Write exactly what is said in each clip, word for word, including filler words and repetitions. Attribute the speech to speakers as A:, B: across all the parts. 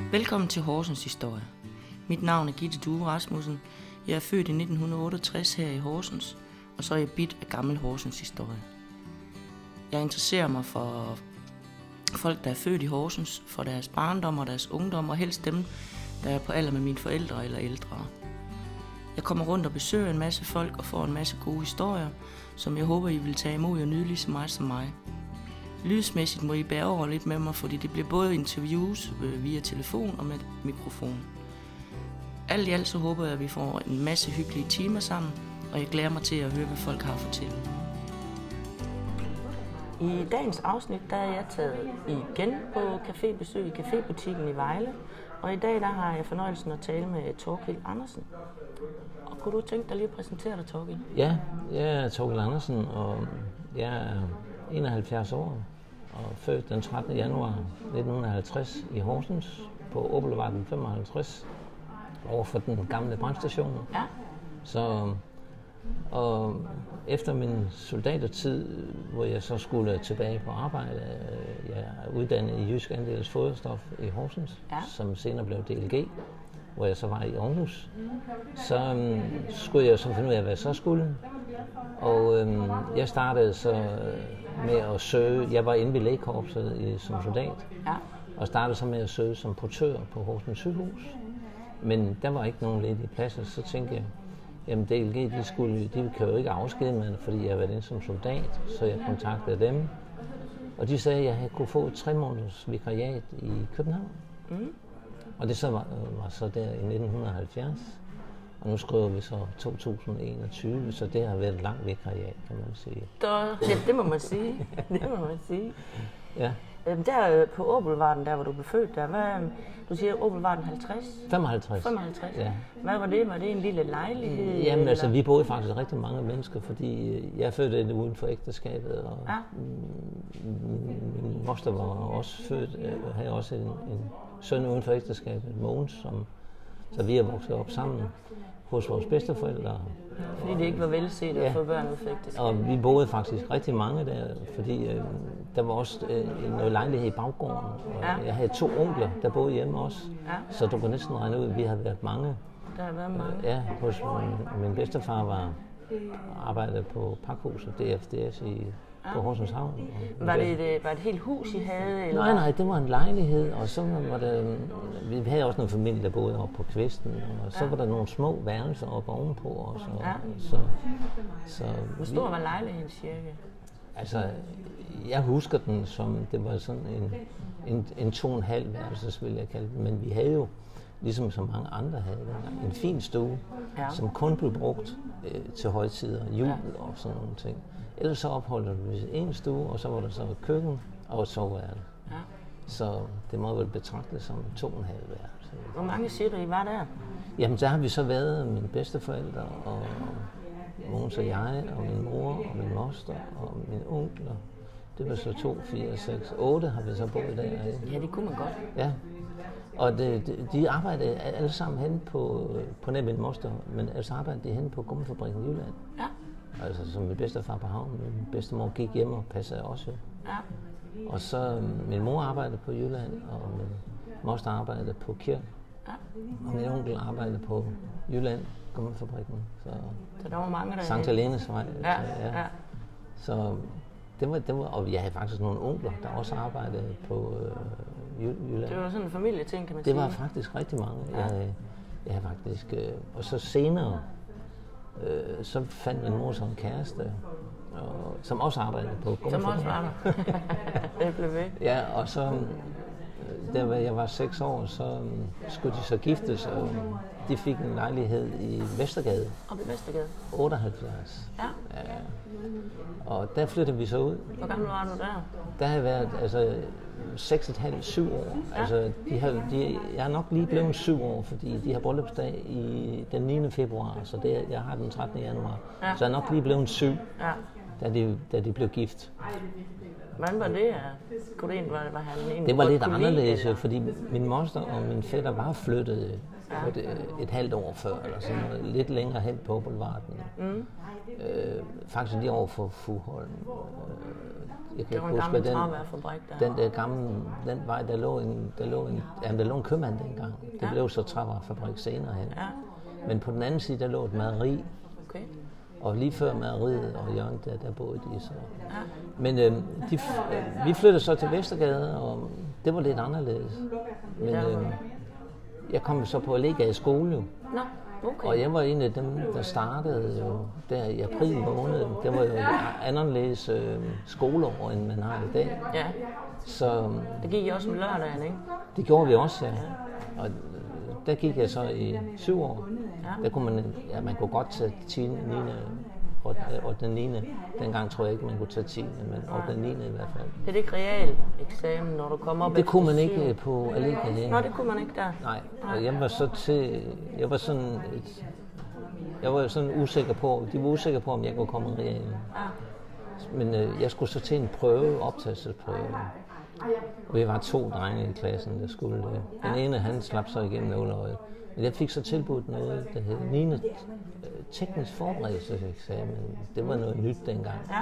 A: Velkommen til Horsens Historie. Mit navn er Gitte Due Rasmussen. Jeg er født i nitten otteogtres her i Horsens, og så er jeg bit af gammel Horsens historie. Jeg interesserer mig for folk, der er født i Horsens, for deres barndom og deres ungdom, og helst dem, der er på alder med mine forældre eller ældre. Jeg kommer rundt og besøger en masse folk og får en masse gode historier, som jeg håber, I vil tage imod og nyde lige så meget som mig. Lydsmæssigt må I bære over lidt med mig, fordi det bliver både interviews via telefon og med mikrofon. Alt i alt så håber jeg, at vi får en masse hyggelige timer sammen, og jeg glæder mig til at høre, hvad folk har at fortælle. I dagens afsnit der er jeg taget igen på cafébesøg i Cafébutikken i Vejle, og i dag der har jeg fornøjelsen at tale med Thorkild Andersen. Og kunne du tænke dig lige at præsentere dig, Thorkild?
B: Ja, jeg er Thorkild Andersen, og jeg er enoghalvfjerds år og født den trettende januar nitten halvtreds i Horsens på Åboulevarden femoghalvtreds overfor den gamle brandstation.
A: Ja.
B: Så og efter min soldatertid, hvor jeg så skulle tilbage på arbejde, jeg er uddannet i Jysk Andels Foderstof i Horsens,
A: ja.
B: som senere blev D L G, hvor jeg så var i Aarhus. Så um, skulle jeg så finde ud af, hvad jeg så skulle. Og um, jeg startede så med at søge, jeg var inde ved lægekorpset i, som soldat,
A: ja. og
B: startede så med at søge som portør på Horsens sygehus. Men der var ikke nogen ledige pladser, så tænkte jeg, jamen D L G, de, skulle, de kan jo ikke afskede mig, fordi jeg har været inde som soldat, så jeg kontaktede dem. Og de sagde, at jeg kunne få et tre måneders vikariat i København. Mm. Og det så var, var så der i nitten halvfjerds. Og nu skriver vi så to tusind enogtyve, så det har været et langt vikariat, kan man sige.
A: Der, ja, det må man sige. Det må man sige.
B: Ja.
A: Der på Åboulevarden, der hvor du blev født, der, hvad, du siger Åboulevarden halvtreds?
B: femoghalvtreds.
A: femoghalvtreds?
B: Ja.
A: Hvad var det? Var det en lille lejlighed?
B: Jamen
A: eller?
B: altså, vi boede faktisk rigtig mange mennesker, fordi jeg er født uden for ægteskabet, og
A: ja.
B: min, min moster var også født, og havde også en, en søn uden for ægteskabet, Mogens, som, så vi er vokset op sammen hos vores bedsteforældre.
A: Fordi det ikke var velset at
B: ja.
A: få børn ud for ægteskab.
B: Og vi boede faktisk rigtig mange der, fordi øh, der var også øh, noget lejlighed i baggården. Og ja. Jeg havde to onkler, der boede hjemme også. Ja. Så du kan næsten regne ud, at vi har været mange.
A: Der har været mange.
B: Øh, ja, hos min, min bedstefar var arbejdede på pakhuset D F D S i på Horsens Havn.
A: Var det, et, var det et helt hus, I havde? Eller?
B: Nej, nej, det var en lejlighed, og så var der, vi havde også noget familie, der boede oppe på kvisten, og så ja. var der nogle små værelser oppe ovenpå også. Og,
A: ja.
B: så, så,
A: Hvor stor var lejligheden cirka?
B: Altså, jeg husker den som, det var sådan en, en, en to og en halv værelse, vil jeg kalde det, men vi havde jo, ligesom så mange andre havde, en fin stue, ja. som kun blev brugt øh, til højtider, jul ja. og sådan nogle ting. Ellers så opholdt vi en stue, og så var der så et køkken og et soveværelse. Ja. Så det må vel betragtes som to og en halv værelse.
A: Hvor mange siger du, I var der?
B: Jamen, der har vi så været mine bedsteforældre, og Mogens og jeg, og min mor, og min moster, og mine onkler. Det var så to, fire, seks, otte har vi så boet der.
A: Ja, det kunne man godt.
B: Ja. Og det, de, de arbejdede alle sammen hen på, på nær min moster, men altså arbejdede de hen på gummifabrikken i Jylland. Ja. Altså som min bedstefar på havnen, min bedstemor gik hjem og passede også. Ja. Og så min mor arbejdede på Jylland, og min moster arbejdede på Kirk. Ja. Og min onkel arbejdede på Jylland, gummifabrikken. Så,
A: så der var mange der...
B: Sankt Helenes Vej.
A: Ja.
B: Så, ja. Ja. Så det var, det var, og jeg havde faktisk nogle onkler, der også arbejdede på øh, Jylland.
A: Det var sådan en familieting, kan man
B: det
A: sige.
B: Det var faktisk rigtig mange.
A: Ja.
B: Jeg, jeg havde faktisk, øh, og så senere, Øh, så fandt min mor sådan en kæreste, og, som også arbejdede på gummifabrikken.
A: Som også var der. Det blev ved.
B: Ja, og så, da jeg var seks år, så skulle de så giftes, og de fik en lejlighed i Vestergade.
A: Oppe i Vestergade?
B: otteoghalvfjerds.
A: Ja.
B: Ja. Og der flyttede vi så ud.
A: Hvor gammel var du der?
B: Der har jeg været, altså, seks og et halvt, syv år. Ja. Altså, de har, de, jeg er nok lige blevet syv år, fordi de har bryllupsdag i den niende februar, så det, jeg har den trettende januar. Ja. Så jeg er nok lige blevet syv, ja. da, de, da de blev gift.
A: Hvordan var det? Kunne det var, var han egentlig
B: det var lidt anderledes,
A: lide,
B: fordi min moster og min fætter var flyttet ja. et, et halvt år før, eller sådan noget, lidt længere hen på Boulevarden. Mm. Øh, faktisk lige over for Fuholm.
A: Jeg kan det var en gammel træværfabrik
B: der. Den der gamle, den vej, der lå en, der lå en, jamen, der lå en købmand dengang. Det ja. blev så træværfabrik senere hen. Ja. Men på den anden side, der lå et mejeri. Okay. Og lige før mejeriet og Jørgen, der, der boede de så. Ja. Men øh, de, øh, vi flyttede så til Vestergade, og det var lidt anderledes. Men øh, jeg kom så på Allégade skole jo. Nå. Okay. Og jeg var en af dem, der startede jo der i april måned. Det var jo anderledes øh, skoleår, end man har i dag. Ja. Så,
A: det gik I også om lørdagen, ikke?
B: Det gjorde vi også, ja. ja. Og der gik jeg så i syv år. Ja. Der kunne man, ja, man kunne godt tage tiende, niende ottende, niende Dengang tror jeg ikke, man kunne tage tiende, men ottende, niende i hvert fald.
A: Det er ikke real eksamen, når du kommer op?
B: Det kunne man ikke på Allégade.
A: Nå, det kunne man ikke der?
B: Nej, og jeg var så til, jeg var sådan, et, jeg var sådan usikker på, de var usikre på, om jeg kunne komme i realen. Ja. Men øh, jeg skulle så til en prøve, optagelsesprøve. Vi var to drenge i klassen, der skulle det. Den ja. ene, han slap så igennem nåleøjet. Men jeg fik så tilbudt noget, der hed niende teknisk forberedelseseksamen. Det var noget nyt dengang. Ja.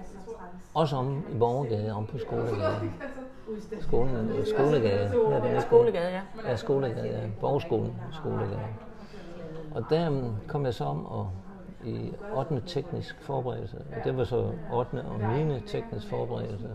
B: Også om i Borgergade, om på Skolegade. Skolen, Skolegade.
A: Ja, det er Skolegade, ja.
B: Ja, Skolegade, ja. Borgerskolen, Skolegade. Og der kom jeg så om og i ottende teknisk forberedelse. Og det var så ottende og niende teknisk forberedelse.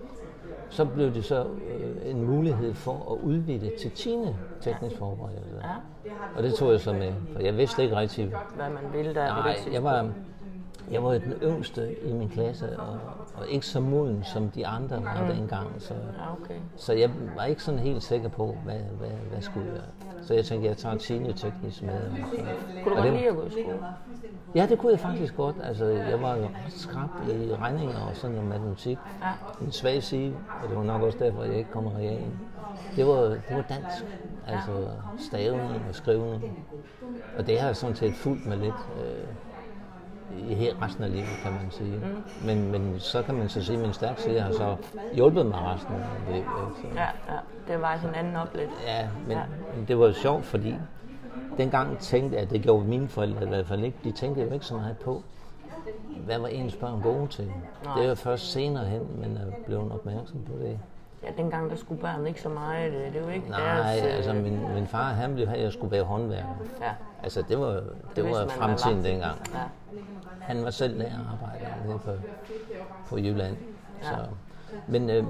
B: Så blev det så øh, en mulighed for at udvide til tiende teknisk forberedelse. Ja. Og det tog jeg så med, for jeg vidste ikke rigtig,
A: hvad man ville der.
B: Nej, jeg var, jeg var den yngste i min klasse, og, og ikke så moden som de andre var mm. dengang. Så, ja, okay. så jeg var ikke sådan helt sikker på, hvad, hvad, hvad skulle jeg. Så jeg tænkte, jeg tager tiende teknisk med. Så.
A: Kunne du godt lide at gå i skole?
B: Ja, det kunne jeg faktisk godt. Altså, jeg var jo ret skrap i regninger og sådan noget matematik. Ja. En svag side, og det var nok også derfor, jeg ikke kom i realen. Det var, det var dansk, altså stavning og skrivning. Og det har jeg sådan set fulgt med lidt øh, i helt resten af livet, kan man sige. Mm. Men, men så kan man så sige, at min stærke side har så hjulpet mig resten af livet.
A: Ja, ja, det var sådan en anden oplæg.
B: Ja, men, ja. men det var jo sjovt, fordi dengang tænkte jeg, at det gjorde mine forældre i hvert fald ikke. De tænkte jo ikke så meget på, hvad var ens børn gode til. Nej. Det er jo først senere hen, men er blevet opmærksom på det.
A: Ja, dengang der skulle børn ikke så meget. Det, det var ikke
B: Nej,
A: deres...
B: Nej, altså min, min far, han ville have, at jeg skulle være håndværker. Ja. Altså det var, det, det var fremtiden dengang. Ja. Han var selv lærerarbejder nede på, på Jylland. Ja. Så, men øh,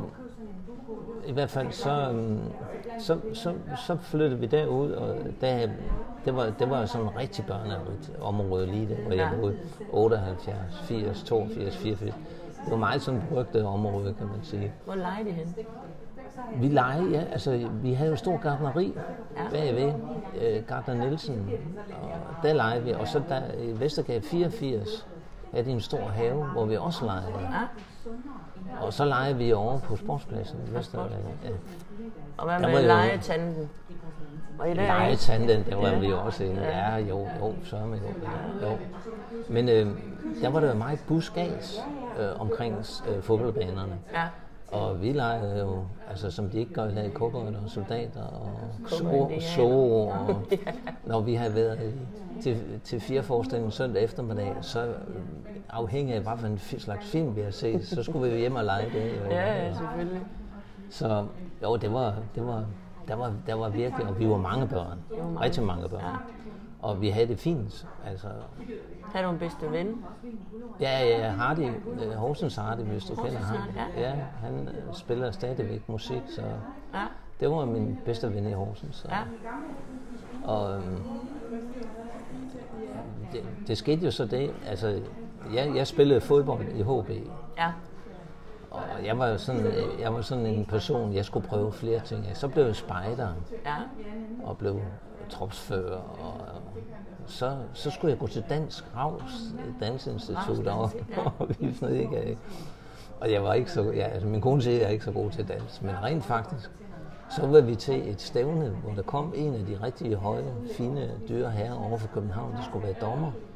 B: i hvert fald så, øh, så, så, så flyttede vi derud, og der, det, var, det var sådan en rigtig børnerigt område lige der, hvor jeg boede. otteoghalvfjerds, firs, toogfirs, fireogfirs. Det var meget sådan et brygte område, kan man sige.
A: Hvor legede I hen?
B: Vi legede, ja. Altså, vi havde jo stor gartneri ja. bagved. Øh, Gartner Nielsen. Og der legede vi. Og så der i Vestergade fireogfirs havde de en stor have, hvor vi også legede. Ja. Og så legede vi over på sportspladsen i Vestergade. Ja.
A: Og hvad med legetanden?
B: Legetanden, der var ja. vi også inde. Ja, jo, jo, så med jo. jo. Men øh, der var der jo meget buskads øh, omkring øh, fodboldbanerne. Ja. Og vi legede jo, altså som de ikke gør, lavede kobberter og soldater og så, og når vi havde været i, til, til fire forestillinger søndag eftermiddag, så afhængig af, hvad for en slags film vi havde set, så skulle vi hjem og lege det.
A: Og, ja, ja, selvfølgelig.
B: Så jo, det var, det var, der var, der var virkelig, og vi var mange børn, var rigtig mange børn. Ja. Og vi havde det fint, altså.
A: Havde du en bedste ven?
B: Ja, ja, Hardy, Horsens Hardy, hvis du Horsens kender ham. Ja. ja, han spiller stadigvæk musik, så ja. det var min bedste ven i Horsens. Så. Ja. Og øhm, det, det skete jo så det, altså, jeg, jeg spillede fodbold i H B. Ja. Og jeg var jo sådan, jeg var sådan en person, jeg skulle prøve flere ting. Så blev jeg spejder ja. og blev tropsfører, og så, så skulle jeg gå til Dansk Ravs Dansinstitut og, og vi sådan ikke. Og jeg var ikke så, ja, altså min kone siger, at jeg er ikke så god til dans, men rent faktisk, så var vi til et stævne, hvor der kom en af de rigtig høje, fine, dyre herrer over for København, der skulle være dommer.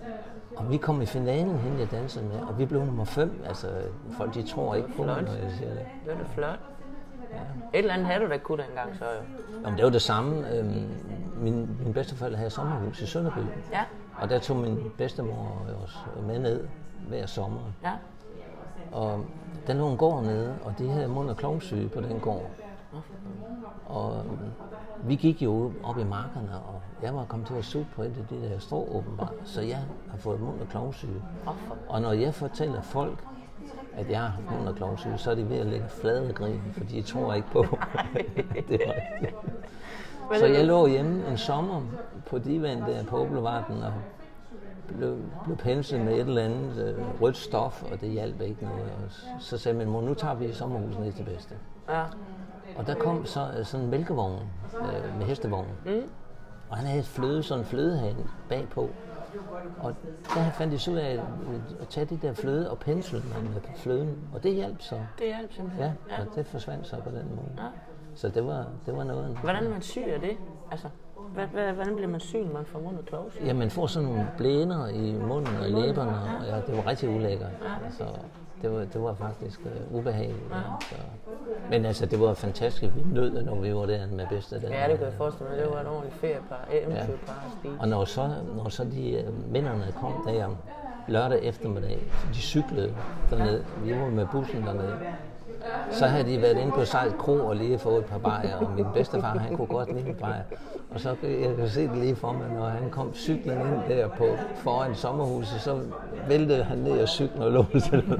B: Og vi kom i finalen, hende jeg dansede med, og vi blev nummer fem. Altså, folk de tror ikke på mig, når jeg siger det.
A: Det var da flot. Ja. Et eller andet havde du da kunne dengang, så jo.
B: Jamen, det var det samme. Øhm, min, min bedsteforældre havde sommerhus i Sønderby.
A: Ja.
B: Og der tog min bedstemor også med ned hver sommer.
A: Ja.
B: Og der lå en gård nede, og de havde mund- og klovsyge på den gård. Og øhm, vi gik jo op i markerne, og jeg var kommet til at suge på et af de der strå åbenbart, så jeg har fået mund- og klovsyge. Og når jeg fortæller folk, at jeg har haft mund- og klovsyge, så er de ved at lægge flade grin, for de tror ikke på, det er rigtigt. Så jeg lå hjemme en sommer på divan der på Boulevarden og blev, blev penslet med et eller andet øh, rødt stof, og det hjalp ikke noget. Og så sagde min mor, nu tager vi sommerhuset ned til bedste.
A: Ja.
B: Og der kom så øh, sådan en mælkevogn øh, med hestevogn. Mm. Og han havde fløde, sådan en flødehane bagpå. Og der fandt de så ud af at tage de der fløde og pensle med fløden. Og det hjalp så.
A: Det hjalp simpelthen.
B: Ja, og det forsvandt så på den måde.
A: Ja.
B: Så det var, det var noget.
A: Hvordan man syg af det? Altså, hvad, hvad, hvordan bliver man syg, når man får mund- og klovsyge?
B: Ja, man får sådan nogle blæner i munden og læberne, og ja, det var rigtig ulækkert. Ja. Altså, det var, det var faktisk uh, ubehageligt. Ja. Så. Men altså, det var fantastisk. Vi nød, når vi var der med bedste. Der.
A: Ja, det kunne jeg forestille mig. Det var et ordentligt feriepar, eventyrpar at spise.
B: Og når så, når så de uh, mændene kom der lørdag eftermiddag, de cyklede dernede, vi var med bussen dernede, så havde de været inde på Sejls Kro og lige fået et par bajer, og min bedstefar, han kunne godt lide en bajer. Og så jeg kan se det lige for mig, når han kom cyklen ind der på foran sommerhuset, så væltede han ned og cyklen og lå til.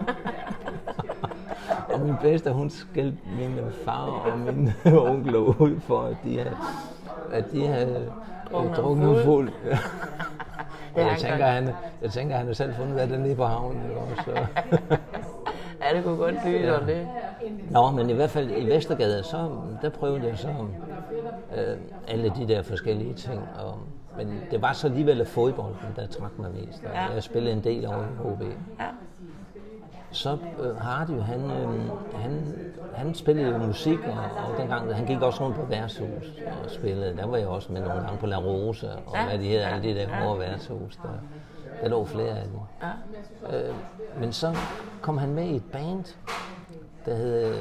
B: Og min bedste, hun skældte min far og min onkel ud for, at de havde, at de havde drukket fuld. Jeg tænker, han, jeg tænker, han har selv fundet af det nede på havnen. Så.
A: Ja, det kunne godt lyde ja. Det.
B: Nå, men i hvert fald i Vestergade, så der prøvede jeg så øh, alle de der forskellige ting. Og, men det var så alligevel fodbolden, der trak mig mest. Ja. Jeg spillede en del over i H B. Ja. Så øh, Hardy, han, øh, han, han spillede jo musik, og, og dengang, han gik også rundt på værtshus og spillede. Der var jeg også med nogle gange på La Rose, og ja. Hvad de hedder, alle de der hårde værtshus. Der, der lå flere af dem. Ja. Øh, men så kom han med i et band, der hed,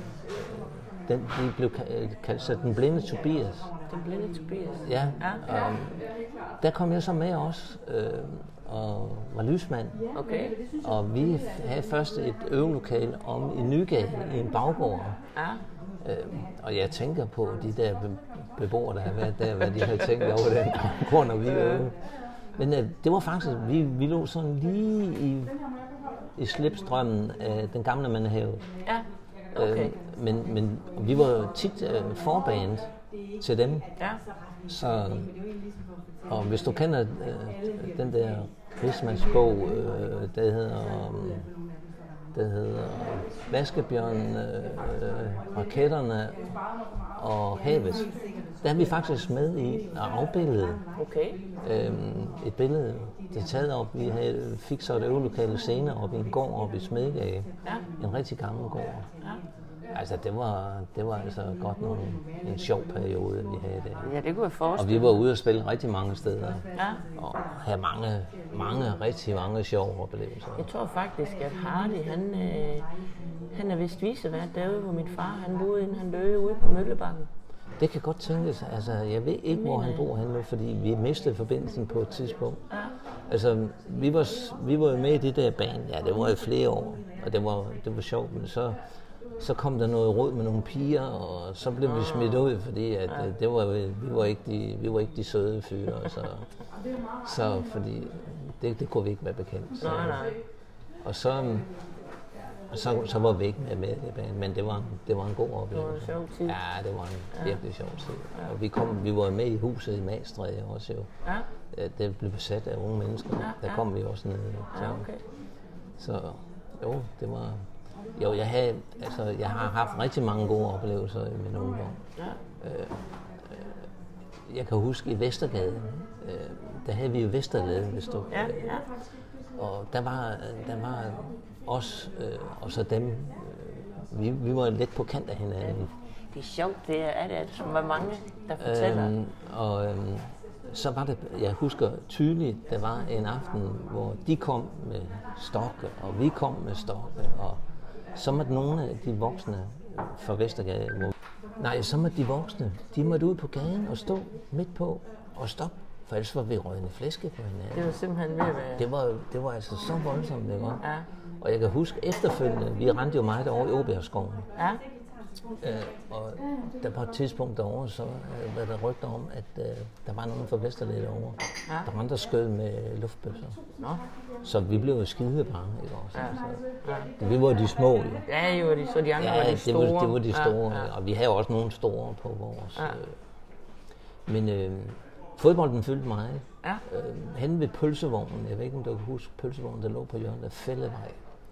B: den, de blev kaldt sig Den Blinde Tobias.
A: Den Blinde Tobias?
B: Ja, ja. Og der kom jeg så med også, øh, og var lysmand.
A: Okay.
B: Og vi havde først et øvelokale om i Nygade i en baggård. Ja. Øh, og jeg tænker på de der beboere, der har været der, hvad de havde tænkt over den baggård, når vi øvede. Men øh, det var faktisk, vi, vi lå sådan lige i, i slipstrømmen af den gamle mandehave. Ja, okay. Øh, men, men vi var tit øh, forband til dem. Ja. Så, og hvis du kender øh, den der rigsmandsbog, øh, der hedder, øh, der hedder Vaskebjørn, øh, Raketterne og Havet, der er vi faktisk med i at afbillede
A: okay.
B: øhm, et billede, det er taget op. Vi havde, fik så et øvelokale senere op i en gård op i Smedegade. Ja. En rigtig gammel gård. Ja. Altså, det var, det var altså godt nogle, en sjov periode, vi havde der.
A: Ja, det kunne jeg forestille.
B: Og vi var ude at spille rigtig mange steder. Ja. Og havde mange, mange, rigtig mange sjove oplevelser.
A: Jeg tror faktisk, at Hardy, han, øh, han er vist visevært derude, hvor min far, han boede inden han døde ude på Møllebakken.
B: Det kan godt tænkes. Altså, jeg ved ikke, hvor han bor henne, fordi vi mistede forbindelsen på et tidspunkt. Ja. Altså, vi var, vi var med i det der band, ja, det var i flere år, og det var, det var sjovt, men så, så kom der noget råd med nogle piger, og så blev vi smidt ud, fordi at, ja. det var, vi, var ikke de, vi var ikke de søde fyre, så, så fordi det, det kunne vi ikke være bekendt. Så,
A: nej, nej.
B: Og så... Så, så var vi ikke med, med det band, men det var, det var en god oplevelse.
A: Det var en sjov tid.
B: Ja, det var en ja. virkelig sjov tid. Ja. Og vi, kom, vi var med i huset i Magstræde også jo. Ja. Det blev besat af unge mennesker. Ja. Der kom vi også ned. Så,
A: ja, okay.
B: Så jo, det var... Jo, jeg, havde, altså, jeg har haft rigtig mange gode oplevelser i min ungdom. Ja. Øh, jeg kan huske i Vestergade, øh, der havde vi jo Vesterlade, hvis du...
A: Ja, ja.
B: Og der var... Der var os øh, og så dem, øh, vi, vi var lidt på kant af hinanden.
A: Det er sjovt, det er, er det, som var mange, der fortæller.
B: Øhm, og, øhm, så var det, jeg husker tydeligt, der var en aften, hvor de kom med stokke, og vi kom med stokke, og så måtte nogle af de voksne fra Vestergade, hvor, nej, så måtte de voksne, de måtte ud på gaden og stå midt på og stoppe, for ellers var vi rødende flæske på hinanden.
A: Det var simpelthen ved at være...
B: Det var, det var altså så voldsomt, det var.
A: Ja.
B: Og jeg kan huske efterfølgende, vi rendte jo meget over i Åbjergskoven.
A: Ja.
B: Øh, og der på et tidspunkt derovre, så øh, var der rygter om, at øh, der var nogen fra Vesterled derovre,
A: ja.
B: der rendte og skød med luftbøsser.
A: Nå.
B: Så vi blev jo skide bange, ikke også?
A: Ja.
B: Ja. Vi var de små, jo.
A: Ja, jo, de, så de andre
B: ja,
A: var de store.
B: Det var, det var de store,
A: ja, ja.
B: Og vi havde også nogle store på vores...
A: Ja.
B: Øh, men øh, fodbolden fyldte meget.
A: Ja.
B: Øh, henne ved pølsevognen, jeg ved ikke, om du kan huske pølsevognen, der lå på hjørnet af Fællevej.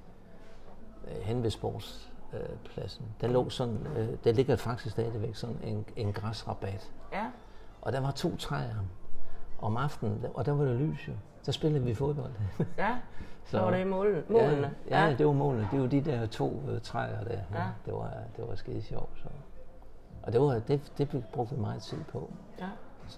B: Øh, henne ved sports... pladsen. Der lå sådan, øh, der ligger faktisk stadigvæk sådan en, en græsrabat.
A: Ja.
B: Og der var to træer om aftenen, og der var det lys jo. Der spillede vi fodbold.
A: Ja, så var det målene. målene.
B: Ja, ja, det var målene. Det var de der to øh, træer der. Ja.
A: Ja.
B: Det var, det var skide sjovt. Så. Og det, var, det, det brugte vi meget tid på.
A: Ja.
B: Så.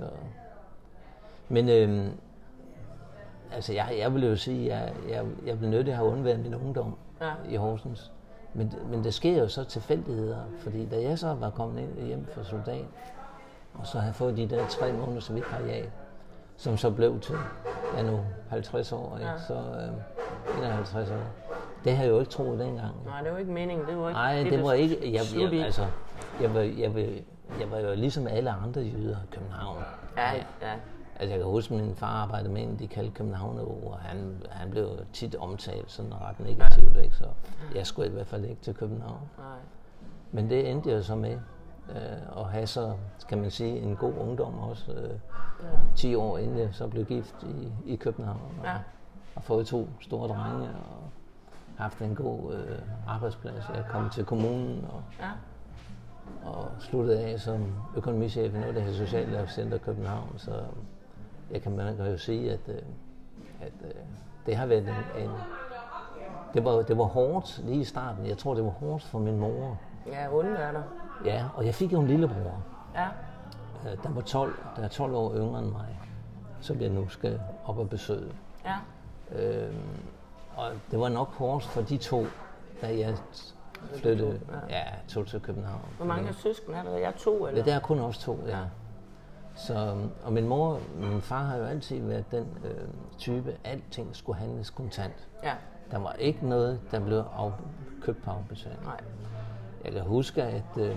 B: Men øh, altså, jeg, jeg vil jo sige, at jeg, jeg, jeg blev nødt til at have undværet min ungdom
A: ja.
B: i Horsens. Men, men det sker jo så tilfældigheder, fordi da jeg så var kommet ind hjem fra soldat, og så havde fået de der tre måneders vikariat, som så blev til, ja nu, halvtreds år, ja. så øh, enoghalvtreds år. Det havde jeg jo ikke troet dengang.
A: Nej, det var ikke meningen, det var ikke...
B: Nej,
A: det,
B: det var ikke, jeg, jeg,
A: jeg,
B: altså, jeg var, jeg, var, jeg var jo ligesom alle andre jyder i København.
A: Ja, ja.
B: Altså jeg kan huske, at min far arbejdede med en, de kaldte København, og han, han blev tit omtalt sådan ret negativt, ikke? Så jeg skulle i hvert fald ikke til København.
A: Nej.
B: Men det endte jeg så med, øh, at have så, kan man sige, en god ungdom også, øh, ja. ti år inden jeg så blev gift i, i København, og,
A: ja.
B: og fået to store drenge, og haft en god øh, arbejdsplads. Jeg kom til kommunen, og,
A: ja.
B: og sluttede af som økonomichef i noget, der hedder Socialcenter København, så jeg kan, man kan jo sige, at, at det har været en, en det, var, det var hårdt lige i starten. Jeg tror, det var hårdt for min mor.
A: Ja, undværter.
B: Ja, og jeg fik jo en lillebror.
A: Ja.
B: Der var tolv, der er tolv år yngre end mig, som jeg nu skal op og besøge.
A: Ja.
B: Øhm, og det var nok hårdt for de to, da jeg flyttede, ja, tog til København.
A: Hvor mange søsken er der? Jeg er to, eller?
B: Ja, der er kun også to, ja. Så, og min mor, min far har jo altid været den øh, type, alting skulle handles kontant.
A: Ja.
B: Der var ikke noget, der blev af, købt på afbetaling.
A: Nej.
B: Jeg kan huske, at øh,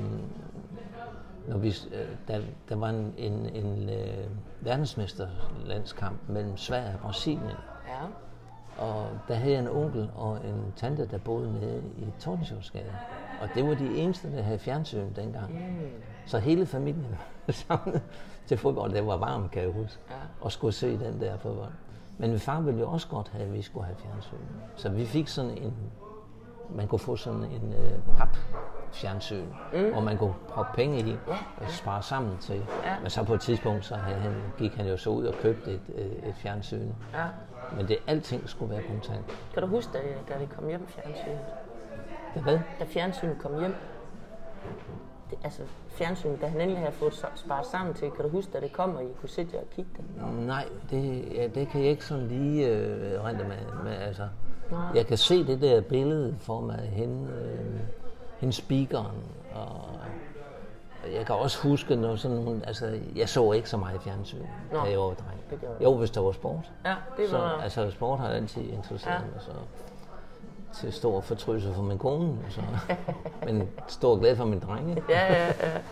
B: når vi, øh, der, der var en, en, en øh, verdensmesterlandskamp mellem Sverige og Brasilien.
A: Ja. Og
B: der havde jeg en onkel og en tante, der boede nede i Tordenskjoldsgade. Og det var de eneste, der havde fjernsyn dengang. Mm. Så hele familien var samlet til fodbold. Det var varmt, kan jeg huske. Ja. Og skulle se den der fodbold. Men min far ville jo også godt have, at vi skulle have fjernsyn. Så vi fik sådan en... Man kunne få sådan en øh, pap-fjernsyn, mm. hvor man kunne proppe penge i ja. og spare sammen til. Ja. Men så på et tidspunkt, så han, gik han jo så ud og købte et, et, et fjernsyn. Ja. Men det, alting skulle være kontant.
A: Kan du huske, da, da det kom hjem, fjernsynet?
B: Da hvad?
A: Da fjernsynet kom hjem. Det, altså fjernsynet, da han endelig havde fået sparet sammen til. Kan du huske, da det kom, og I kunne sidde og kigge det?
B: Nej, det, ja, det kan jeg ikke sådan lige øh, rente med. med altså. Jeg kan se det der billede for mig, hende, øh, hende speakeren, og jeg kan også huske noget sådan nogle, altså jeg så ikke så meget fjernsyn, da jeg var dreng. Jo, hvis der var sport.
A: Ja, det var...
B: Så, altså sport har altid interesseret ja. mig, så til stor fortrydelse for min kone, så, men stor glæde for min drenge.
A: Ja, ja, ja.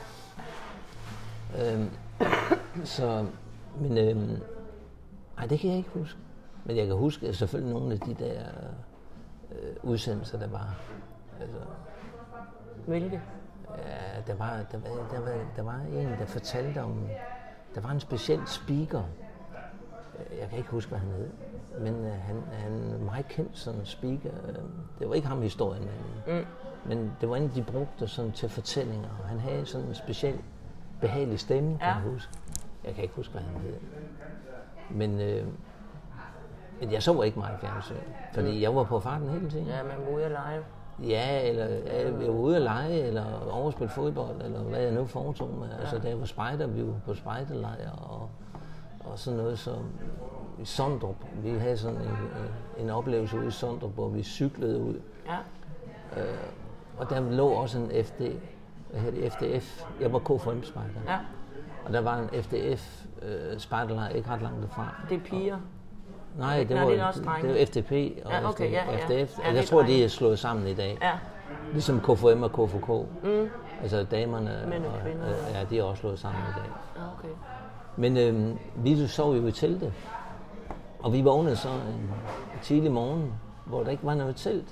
B: øhm, så, men øhm, ej, det kan jeg ikke huske. Men jeg kan huske selvfølgelig nogle af de der øh, udsendelser, der var. Altså,
A: hvilke?
B: Ja, der var, der, var, der, var, der var en, der fortalte om, der var en speciel speaker. Jeg kan ikke huske, hvad han hed. Men øh, han er en meget kendt sådan speaker. Det var ikke ham historien, men, mm. men det var en, de brugte sådan til fortællinger. Og han havde sådan en speciel behagelig stemme, kan ja. jeg huske. Jeg kan ikke huske, hvad han hed. Men... Øh, Men jeg så ikke meget fjernsyn, fordi mm. jeg var på farten hele tiden.
A: Ja, man var ude at lege.
B: Ja, eller jeg var ude at lege, eller overspille fodbold, eller hvad jeg nu foretog mig. Ja. Altså, da jeg var spejder, vi var på spejderlejr, og og sådan noget som i Sondrup. Vi havde sådan en, en oplevelse ude i Sondrup, hvor vi cyklede ud.
A: Ja.
B: Øh, og der lå også en F D, hvad hedder det, F D F. Jeg var K F M spejder.
A: Ja.
B: Og der var en F D F øh, spejderlejr ikke ret langt derfra.
A: Det er piger?
B: Og, nej, det,
A: nej,
B: var,
A: det er også
B: det var F D P og
A: ja, okay, ja, ja.
B: F D F.
A: Ja,
B: jeg tror, de er slået sammen i dag.
A: Ja.
B: Ligesom K F M og K F K. Mm. Altså damerne,
A: mænd og kvinder. Og,
B: ja, de er også slået sammen i dag.
A: Ja, okay.
B: Men øh, vi sov jo i teltet. Og vi vågnede så en tidlig morgen, hvor der ikke var noget telt.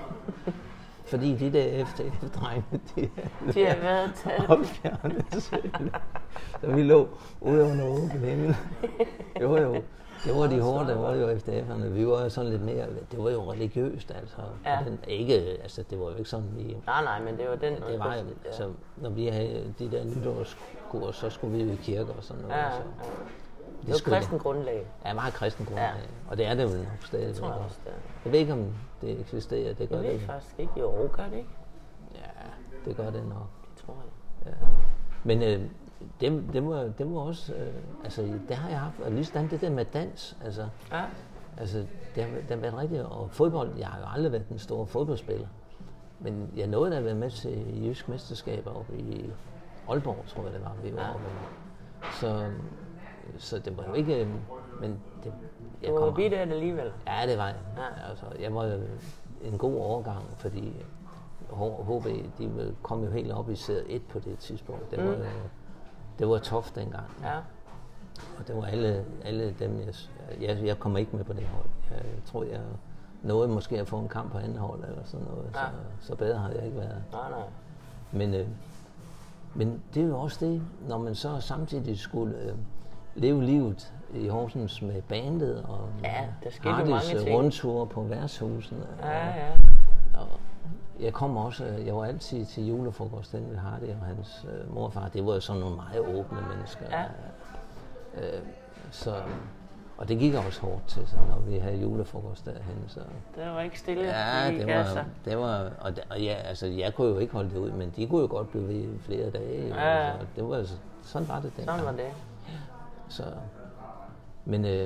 B: Fordi de der F D F-drenge, de,
A: de har været taget.
B: Opfjernet. Så vi lå ude under åben himmel. Det var jo, det var de hårde, der var jo F D F'erne. Vi var jo sådan lidt mere, det var jo religiøst, altså.
A: Ja.
B: Den, ikke, altså det var jo ikke sådan, vi...
A: Nej, nej, men det var den...
B: Det var jo, altså, når vi havde de der nytårskur, så skulle vi jo i kirke og sådan noget.
A: Ja,
B: altså.
A: ja.
B: Det,
A: det var kristen grundlag.
B: Ja, meget kristen grundlag. Ja. Og det er det vel nok stadig.
A: Det tror jeg også, det er.
B: Jeg ved ikke, om det eksisterer. Det gør
A: jeg ved
B: det.
A: faktisk ikke. Jo, gør det ikke?
B: Ja, det gør det nok.
A: Det tror jeg.
B: Ja. Men øh, det, det, var, det var også... Øh, altså, det har jeg haft. Og lige sådan det der med dans. Altså,
A: ja.
B: altså det, har, det har været rigtigt. Og fodbold, jeg har jo aldrig været den store fodboldspiller. Men jeg nåede at være med til jysk mesterskaber oppe i Aalborg, tror jeg det var. Vi var ja. Så... Så det var jo ikke, men det... Jeg
A: du var jo bidt af det alligevel.
B: Ja, det var jeg. Ja. Altså, jeg var jo en god overgang, fordi H B, de kom jo helt op i sæde et på det tidspunkt. Det var, mm. det var tough dengang.
A: Ja.
B: Og det var alle, alle dem, jeg, jeg... Jeg kommer ikke med på det hold. Jeg tror, jeg nåede måske at få en kamp på anden hold eller sådan noget. Ja. Så, så bedre har jeg ikke været.
A: Nej, nej.
B: Men, øh, men det er jo også det, når man så samtidig skulle... Øh, leve livet i Horsens med bandet og
A: ja, Hardys
B: rundture på værtshusene.
A: Ja, ja.
B: Og jeg kom også, jeg var altid til julefrokost den ved Hardy og hans øh, mor og far. Det var jo sådan nogle meget åbne mennesker.
A: Ja.
B: Øh, så, og det gik også hårdt til, så når vi havde julefrokost derhen. Så.
A: Det var ikke stille.
B: Ja, det var, det var og, og ja, altså, jeg kunne jo ikke holde det ud, men de kunne jo godt blive ved flere dage. Jo,
A: ja.
B: Altså, det var, sådan var det dengang.
A: Sådan var det.
B: Så, men øh,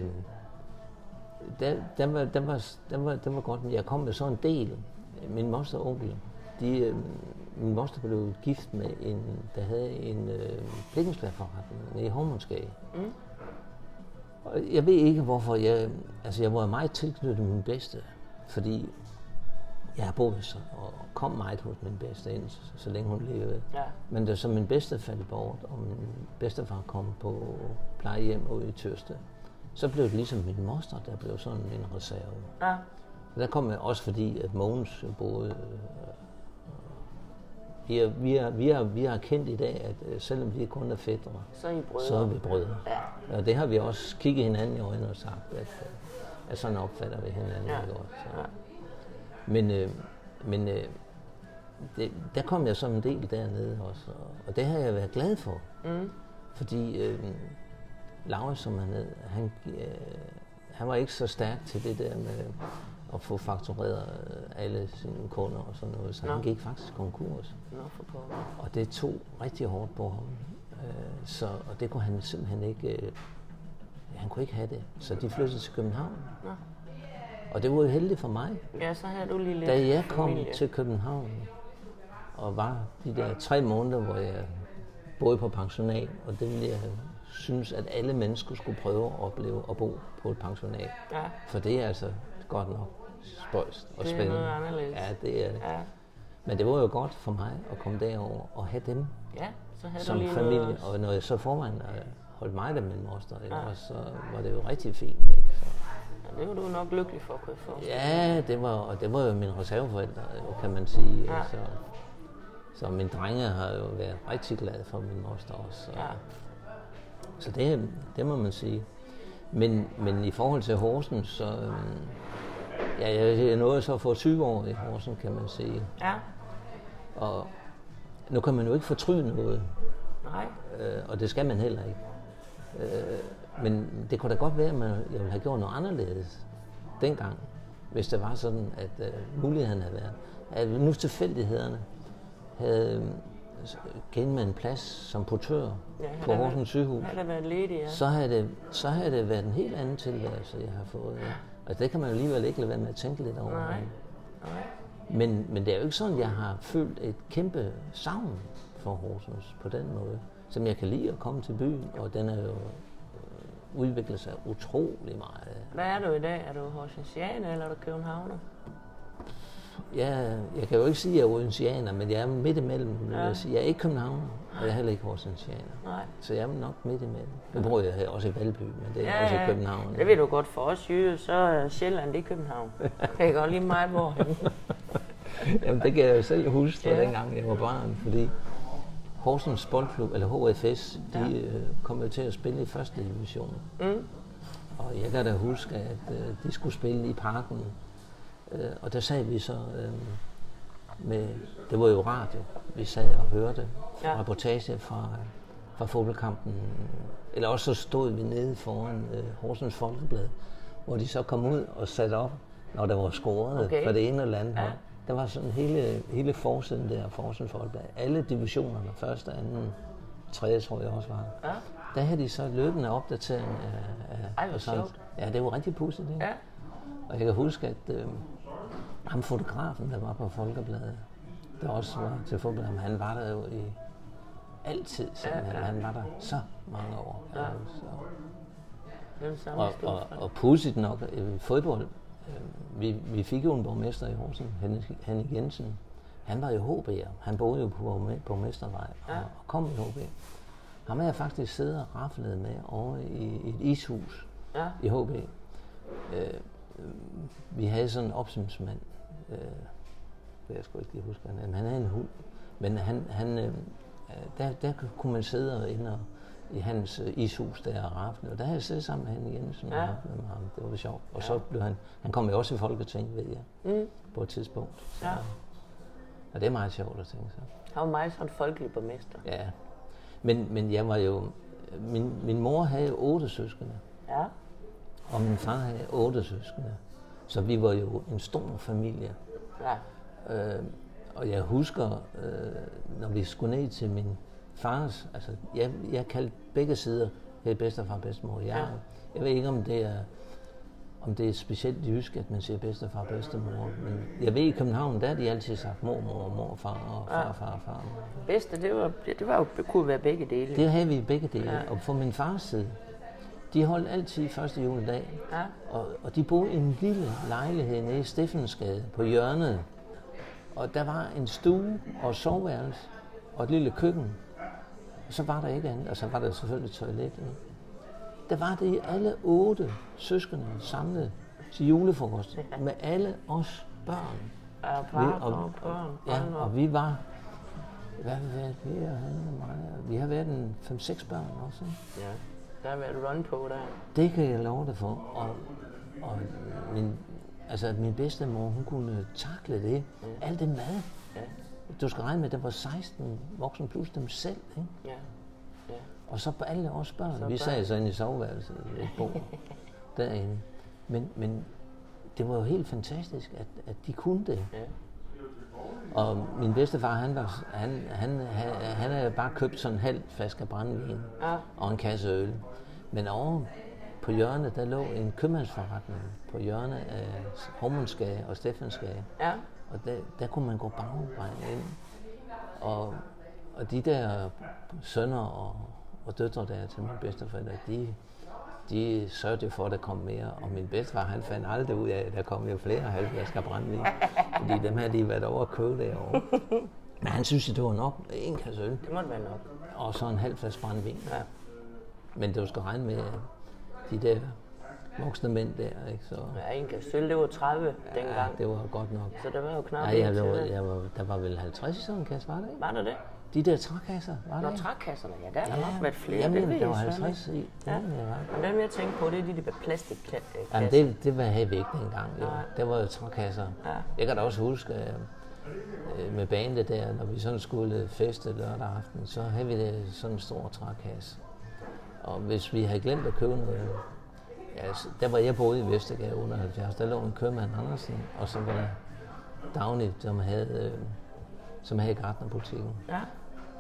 B: der, der, var, der, var, der, var, der var godt, men jeg kom med sådan en del. Min moster og onkel, de, øh, min moster blev gift med en, der havde en øh, blikkenslagerforretning i Hormonsgade. Mm. Og jeg ved ikke hvorfor, jeg, altså jeg var meget tilknyttet min bedste, fordi jeg har boet så og kom meget hos min bedste ind, så, så længe hun levede. Ja. Men da så min bedste faldt bort, og min bedstefar kom på plejehjem ude i Tøste, så blev det ligesom min moster, der blev sådan en reserve. Ja. Og der kom jeg også fordi, at Mogens boede... Øh, vi, er, vi, er, vi, er, vi har kendt i dag, at øh, selvom vi kun er fætre,
A: så er, I brødre.
B: så er vi brødre. Ja. Og det har vi også kigget hinanden i øjnene og sagt, at, at sådan opfatter vi hinanden ja. Godt. Så. Ja. Men, øh, men øh, det, der kom jeg som en del dernede også, og, og det har jeg været glad for. Mm. Fordi øh, Laura, som han hed, han, øh, han var ikke så stærk til det der med at få faktureret alle sine kunder og sådan noget, så Nå. Han gik faktisk konkurs.
A: Nå, for pokker.
B: Og det tog rigtig hårdt på ham. Øh, så, og det kunne han simpelthen ikke, øh, han kunne ikke have det. Så de flyttede til København. Nå. Og det var jo heldigt for mig.
A: Ja, så havde du lige lidt
B: da jeg kom
A: familie.
B: Til København og var de der tre måneder, hvor jeg boede på pensionat, og det ville jeg synes, at alle mennesker skulle prøve at opleve at bo på et pensionat. Ja. For det er altså godt nok spøjst og spændende.
A: Det er noget anderledes.
B: Ja, det er det. Ja. Men det var jo godt for mig at komme derover og have dem
A: ja, så havde
B: som
A: du lige
B: familie.
A: noget...
B: Og når jeg så forvejen holdt mig der med min moster, ja. Så var det jo rigtig fint. Ikke? Så.
A: Ja, det var du nok lykkelig for, kunne jeg forstå.
B: Ja, det var, og det var jo mine reserveforældre, kan man sige. Ja. Så, så mine drenge har jo været rigtig glade for min moster også. Så, ja. så det, det må man sige. Men, men i forhold til Horsens, så ja, jeg nåede så at få tyve år i Horsens, kan man sige. Ja. Og nu kan man jo ikke fortryde noget.
A: Nej.
B: Øh, og det skal man heller ikke. Øh, men det kunne da godt være, at man, jeg ville have gjort noget anderledes dengang, hvis det var sådan, at øh, muligheden havde været. At nu tilfældighederne havde, gennem med en plads som portør
A: Ja,
B: på Horsens sygehus,
A: har det været ledig, ja.
B: så har det, så har det været en helt anden tilværelse, jeg har fået. Ja. Altså det kan man jo alligevel ikke lade være med at tænke lidt over.
A: Nej. Nej.
B: Men, men det er jo ikke sådan, jeg har følt et kæmpe savn for Horsens på den måde, som jeg kan lide at komme til byen, og den er jo øh, udviklet sig utrolig meget.
A: Hvad er du i dag? Er du horsensianer eller er du københavner?
B: Jeg, jeg kan jo ikke sige, at jeg er odenseaner, men jeg er midt imellem. Ja. Jeg, sige. jeg er ikke københavner, og jeg er heller ikke horsensianer. Nej. Så jeg er nok midt imellem. Nu bor jeg også i Valby, men det er ja, også i København.
A: Det ved du godt, for os jyde, så er Sjælland det er København. Det kan godt lige mig, hvor.
B: Jamen det kan jeg jo selv huske fra ja. dengang jeg var barn, fordi Horsens Boldklub, eller H F S, de ja. øh, kom jo til at spille i første division. Mm. Og jeg kan da huske, at øh, de skulle spille i parken. Øh, og der sad vi så øh, med, det var jo radio, vi sad og hørte ja. reportage fra, fra fodboldkampen. Eller også så stod vi nede foran øh, Horsens Folkeblad, hvor de så kom ud og satte op, når der var scoret okay. for det ene eller andet. Ja. Der var sådan hele, hele forsiden der for Horsens Folkeblad. Alle divisionerne, første, anden, tredje tror jeg også var. Ja. Der havde de så løbende opdatering af, af,
A: Ej, hvor sjovt.
B: Ja, det var rigtig pudsigt, ikke? Ja. Og jeg kan huske, at øh, ham fotografen, der var på Folkebladet, der også var til fodbold, han var der jo i altid, ja, ja. Han var der så mange år. Ja. Så. Og, og, og pudsigt nok, i fodbold, øh, vi, vi fik jo en borgmester i Horsens, Henning Jensen. Han var jo H B'er. Han boede jo på Borgmestervej og, ja. og kom i H B. Ham har jeg faktisk siddet og raflet med over i, i et ishus ja. i H B. Øh, vi havde sådan en opsynsmand, øh, det jeg sgu ikke lige huske, han, han havde en hund, men han, han, øh, der, der kunne man sidde inde og, i hans øh, ishus der og rafle, og der havde jeg siddet sammen med Henning Jensen ja. og med ham. Det var sjovt. Og ja. så blev han, han kom jo også i Folketinget, ved jeg, mm. på et tidspunkt. Så, ja. Og det er meget sjovt at tænke sig.
A: Han var meget sådan en folkelig borgmester.
B: Ja, men, men jeg var jo, min, min mor havde jo otte søskende. Ja. Og min far havde otte søskende. Så vi var jo en stor familie. Ja. Øh, og jeg husker, øh, når vi skulle ned til min fars, altså jeg, jeg kaldte begge sider, hed bedstefar og bedstemor. Jeg, ja. jeg ved ikke, om det er om det er specielt jysk, at man siger bedstefar og bedstemor. Men jeg ved, i København, der har de altid sagt mormor og morfar og far og far og far.
A: Bedste, det var, det var jo, det kunne være begge dele.
B: Det havde vi begge dele. Ja. Og for min fars side, de holdt altid første juledag, ja. og, og de boede i en lille lejlighed nede i Steffensgade på hjørnet. Og der var en stue og et soveværelse og et lille køkken. Og så var der ikke andet, og så var der selvfølgelig et toilet. Der var det alle otte søskende samlet til julefrokost ja. med alle os børn.
A: Ja, børn og, og børn.
B: Ja, og vi var, hvad har vi været? Vi har, vi har været en fem seks børn også.
A: Ja. Der har været run på der.
B: Det kan jeg love dig for. Og, og min, altså min bedstemor, hun kunne takle det. Mm. Alt det mad. Ja. Du skal regne med, at der var seksten voksne plus dem selv. Ikke? Ja. Ja. Og så på alle os børn. Så vi sad så inde i soveværelset i et bord derinde. Men, men det var jo helt fantastisk, at, at de kunne det. Ja. Og min bedstefar, han var, han, han, han, han havde bare købt sådan en halv flaske brændevin ja. og en kasse øl. Men over på hjørnet, der lå en købmandsforretning på hjørnet af Hormundsgade og Steffensgade. Ja. Og der, der kunne man gå bagvejen ind. Og, og de der sønner og, og døtre der til mine bedsteforældre, de, de sørgede for, at der kom mere. Og min bedstefar, han fandt aldrig ud af, at der kom jo flere halvflasker brændvin. Fordi dem havde de været over at købe derovre. Men han synes, at det var nok en kasse øl.
A: Det måtte være nok.
B: Og så en halv flaske brændvin. Ja. Men du skal regne med de der voksne mænd der, ikke? Så...
A: Ja, en kasse øl, det var tredive
B: ja,
A: dengang.
B: det var godt nok.
A: Så der var jo knap
B: ja, jeg, var, jeg var, der var vel halvtreds i sådan en kasse, var det ikke?
A: Var der det?
B: De der trækasser, var
A: der? Nå, trækasserne, ja, der har
B: ja,
A: nok været flere.
B: Jamen,
A: det ved
B: der var halvtreds i.
A: Ja. Ja. Men dem jeg tænker på, det er de der plastikkasser.
B: Jamen, det, det var havde vi ikke dengang. Jo. Det var jo trækasser. Ja. Jeg kan da også huske, øh, med bandet der, når vi sådan skulle feste lørdag aften, så havde vi det sådan en stor trækasse. Og hvis vi havde glemt at købe noget, ja, der var jeg boede i Vestergade under halvfjerds, der lå en købmand Andersen, og så var der Dagny, som havde, øh, som havde gartnerbutikken. Ja.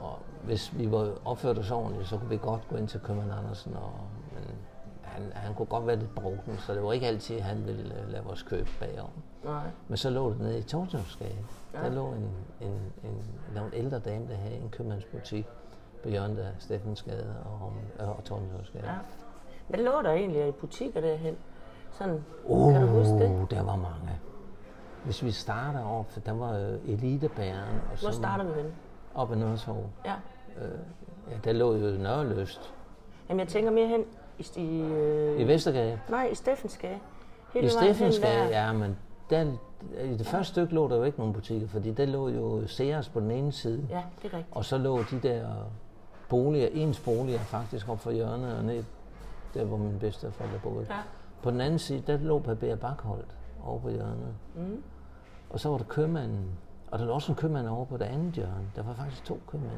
B: hvis vi var opført os ordentligt, så kunne vi godt gå ind til købmand Andersen, og, men han, han kunne godt være lidt broken, så det var ikke altid, at han ville lade vores køb bagom.
A: Nej. Men
B: så lå det nede i Tordenhusgade. Ja. Der lå en, en, en, en, en ældre dame, der havde en købmandsbutik på hjørnet af Steffensgade og, og Tordenhusgade. Ja.
A: Hvad lå der egentlig i butikker derhen? Sådan,
B: oh, kan du huske det? Der var mange. Hvis vi starter op, for der var Elitebæren. Og
A: hvor starter vi henne?
B: Op ad Nørreshov.
A: Ja.
B: Øh, ja, der lå jo Nørrelyst.
A: Jamen jeg tænker mere hen i... I, øh...
B: I Vestergade?
A: Nej, i Steffensgade.
B: Hele I Steffensgade, ja, men der, i det første stykke lå der jo ikke nogen butikker, fordi der lå jo Sears på den ene side.
A: Ja, det er rigtigt.
B: Og så lå de der boliger, ens boliger faktisk op for hjørnet og ned, der hvor min bedsteforældre boede. Ja. På den anden side, der lå Barber Bakholdt over på hjørnet. Mm. Og så var der købmanden, og der lå også en købmand over på det andet hjørne. Der var faktisk to købmænd.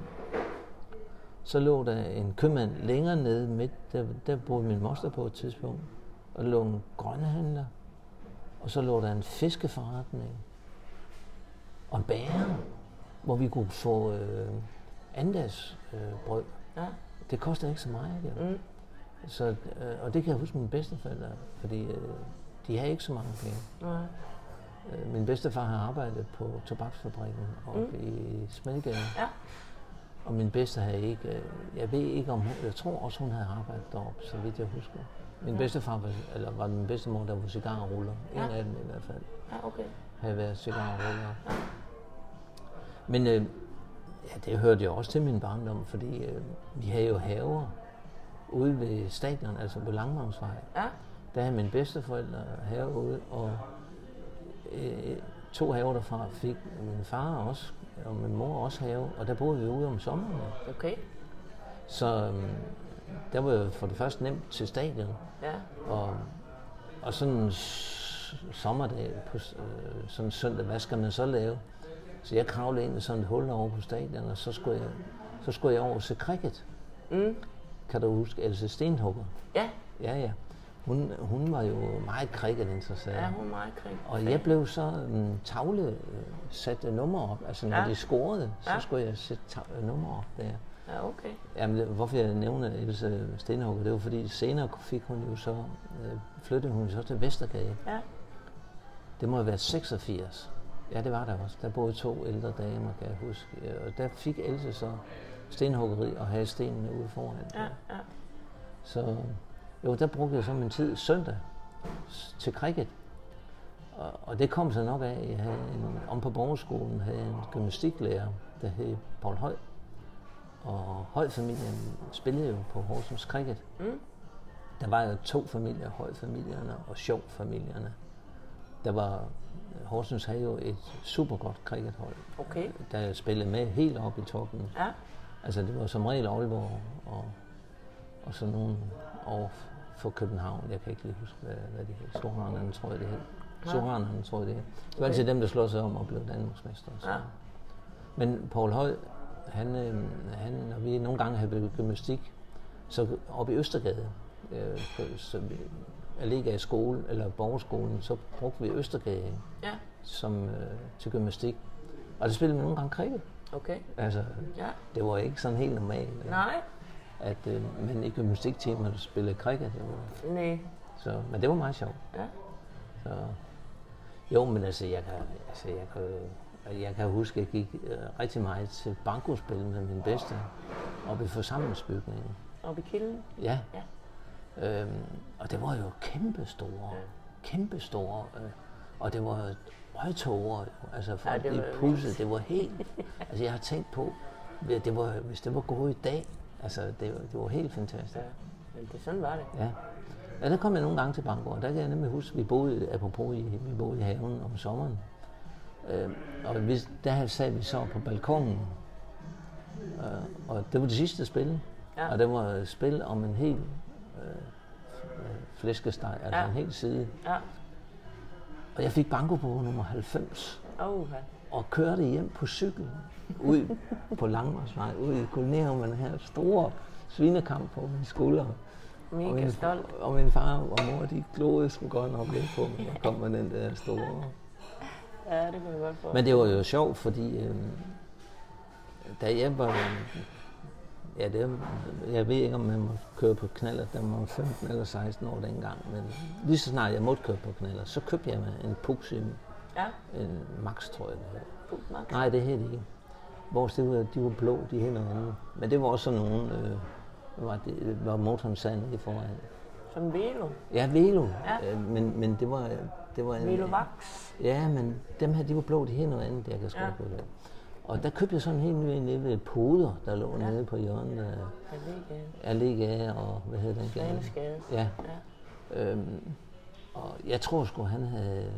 B: Så lå der en købmand længere nede midt, der, der boede min moster på et tidspunkt. Og der lå en grønnehandler. Og så lå der en fiskeforretning. Og en bager, hvor vi kunne få øh, andagsbrød. Øh, ja. Det kostede ikke så meget. Ja. Mm. Så, øh, og det kan jeg huske mine bedsteforældre, fordi øh, de havde ikke så mange penge. Nej. Øh, min bedstefar har arbejdet på tobaksfabrikken oppe mm. i Smedegade. Ja. Og min bedste havde ikke, øh, jeg ved ikke om hun, jeg tror også hun havde arbejdet deroppe, så vidt jeg husker. Min ja. bedstefar, var, eller var min bedstemor, der var cigarruller. Ja. En af dem i hvert fald.
A: Ja, okay.
B: Havde været cigarruller. Ja. Men øh, ja, det hørte jeg også til min barndom, fordi øh, vi havde jo haver ude ved stadion, altså på Langvangsvej. Ja. Der havde mine bedsteforældre herude, og øh, to haver derfra fik min far også, og min mor også have, og der boede vi ude om sommeren.
A: Okay.
B: Så øh, der var jo for det første nemt til stadion. Ja. Og, og sådan en sommerdag på øh, sådan en søndag, hvad skal man så lave? Så jeg kravlede ind i sådan et hul over på stadion, og så skulle jeg, så skulle jeg over og se cricket. Mm. Kan du huske Else Stenhugger?
A: Ja.
B: Ja, ja. Hun, hun var jo meget cricket-interesseret.
A: Ja, hun var meget cricket.
B: Og jeg blev så um, tavle uh, sat nummer op. Altså når ja. de scorede, så ja. skulle jeg sætte ta- nummer op der.
A: Ja, okay.
B: Jamen, hvorfor jeg nævner Else Stenhugger, det var fordi senere fik hun jo så, uh, flyttede hun så til Vestergade. Ja. Det må have været seksogfirs. Ja, det var der også. Der boede to ældre damer, kan jeg huske. Og der fik Else så stenhuggeri og havde stenene ude foran. Ja, ja. Så jo, der brugte jeg så min tid søndag til cricket. Og, og det kom så nok af, jeg havde en, om på Borgerskolen havde jeg en gymnastiklærer, der hed Paul Høj. Og Høj-familien spillede jo på Horsens cricket. Mm. Der var jo to familier, Høj-familierne og Sjov-familierne. Der var, Horsens havde jo et super godt crickethold,
A: okay.
B: der spillede med helt op i toppen. Ja. Altså det var som regel Aalborg og, og så nogen over for København. Jeg kan ikke lige huske, hvad, hvad de hed. Storranderne, tror jeg det hed. Ja. Storranderne, tror jeg det hed. Det var okay. altid dem, der slog sig om og blev Danmarksmester. Ja. Men Paul Høj, han, han, når vi nogle gange havde gymnastik, så oppe i Østergade, øh, så vi, jeg ligger i skole, eller Borgerskolen, så brugte vi Østergade ja. som, øh, til gymnastik. Og der spillede vi nogle gange cricket.
A: Okay.
B: Altså,
A: ja.
B: det var ikke sådan helt normalt.
A: Nej.
B: At øh, man i gymnastiktimer spillede cricket.
A: Nej.
B: Så, men det var meget sjovt.
A: Ja.
B: Så, jo, men altså, jeg kan, altså, jeg kan, jeg kan huske, at jeg gik øh, rigtig meget til bankospil med min bedste oppe i forsamlingsbygningen.
A: Oppe i Kilden?
B: Ja. ja. Øhm, og det var jo kæmpe store, ja. kæmpe store, øh, og det var røgtårer, altså for ja, det, var, pulset, det var helt, altså jeg har tænkt på, det var, hvis det var gået i dag, altså det, det var helt fantastisk. Ja,
A: men det, sådan var det.
B: Ja. Ja, der kom jeg nogle gange til Bangor, der kan jeg nemlig huske, vi boede, apropos i, vi boede i haven om sommeren, øh, og vi, der sad vi så på balkonen, øh, og det var det sidste spil, ja. Og det var et spil om en helt øh, flæskesteg, altså ja. en hel side. Ja. Og jeg fik banko på nummer halvfems,
A: oh,
B: og kørte hjem på cykel, ud på Langvangsvej, ud i koloneringen med den her store svinekamp på mine skuldre.
A: Mega
B: og min,
A: stolt.
B: Og min far og mor, de gloede sgu godt nok lidt på mig, og kom med den der store.
A: Ja, det kunne jeg godt få.
B: Men det var jo sjovt, fordi øh, da jeg var, Ja, det er, jeg ved ikke, om man må køre på knaller, da man var femten eller seksten år dengang, men lige så snart jeg måtte køre på knaller, så købte jeg mig en Pux, en,
A: Ja.
B: en Max, tror jeg det hed.
A: Pux Max?
B: Nej, det hed det ikke. Vores, det var, de var blå, de hed noget andet. Men det var også sådan nogle, øh, var, det, var motoren sad nede foran.
A: Som Velo?
B: Ja, Velo.
A: Ja.
B: Øh, men, men det var... Det var en,
A: Velo Max?
B: Ja, men dem her, de var blå, de hed noget andet, jeg kan sgu ikke ja. Og der købte jeg sådan en helt ny nede ved Poder, der lå ja. nede på hjørnet af Allégade og hvad hedder den?
A: Svaneskade.
B: Ja. ja. Øhm, og jeg tror sgu, han havde...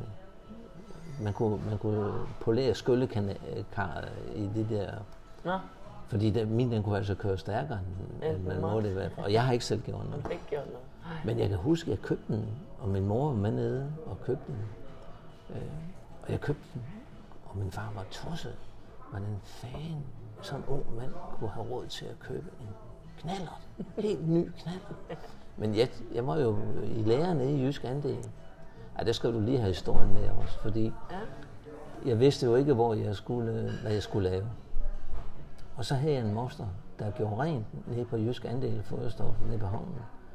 B: Man kunne, man kunne polere skyllekarret i det der...
A: Nå.
B: Fordi der, min den kunne altså køre stærkere, end ja, man må det være. Og jeg har ikke selv gjort noget.
A: Ikke gjort noget.
B: Men jeg kan huske, at jeg købte den, og min mor var med nede og købte den. Øh, og jeg købte den, og min far var tosset. Hvordan fanden sådan en ung mand kunne have råd til at købe en knallert. Helt ny knallert. Men jeg, jeg var jo i lære nede i Jysk Andel. Ja, der skal du lige have historien med også, fordi ja. jeg vidste jo ikke, hvor jeg skulle, hvad jeg skulle lave. Og så havde jeg en moster, der gjorde rent nede på Jysk Andel, Foderstof, nede på havnen.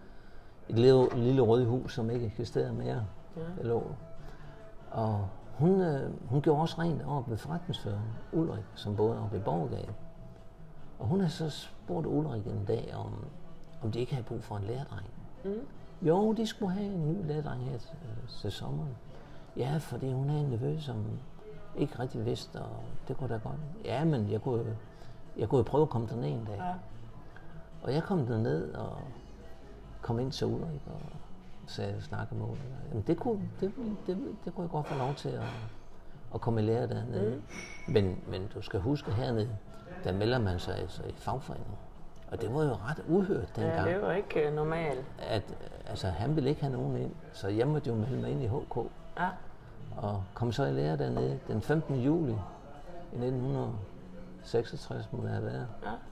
B: Et lille, lille rødt hus, som ikke eksisterede mere. Ja. Der lå. Og hun, øh, hun gjorde også rent oppe ved forretningsføreren, Ulrik, som boede oppe i Borgergade. Og hun har så spurgt Ulrik en dag, om, om de ikke havde brug for en lærdreng. Mm. Jo, de skulle have en ny lærdreng her til, øh, til sommeren. Ja, fordi hun havde en nevø, som ikke rigtig vidste, og det kunne da godt. Ja, men jeg kunne, jeg kunne prøve at komme derned en dag. Ja. Og jeg kom derned og kom ind til Ulrik og sagde, snakke med Ulrik. Jamen det kunne, det, det, det kunne jeg godt få lov til at, at komme i lære dernede. Mm. Men, men du skal huske hernede, der melder man sig altså i fagforeningen. Og det var jo ret uhørt dengang.
A: Ja, det var ikke uh, normalt.
B: At, altså, han ville ikke have nogen ind, så jeg måtte jo melde mig ind i H K. Ja. Og kom så i lære dernede den femtende juli i nitten seksogtres, må det have været.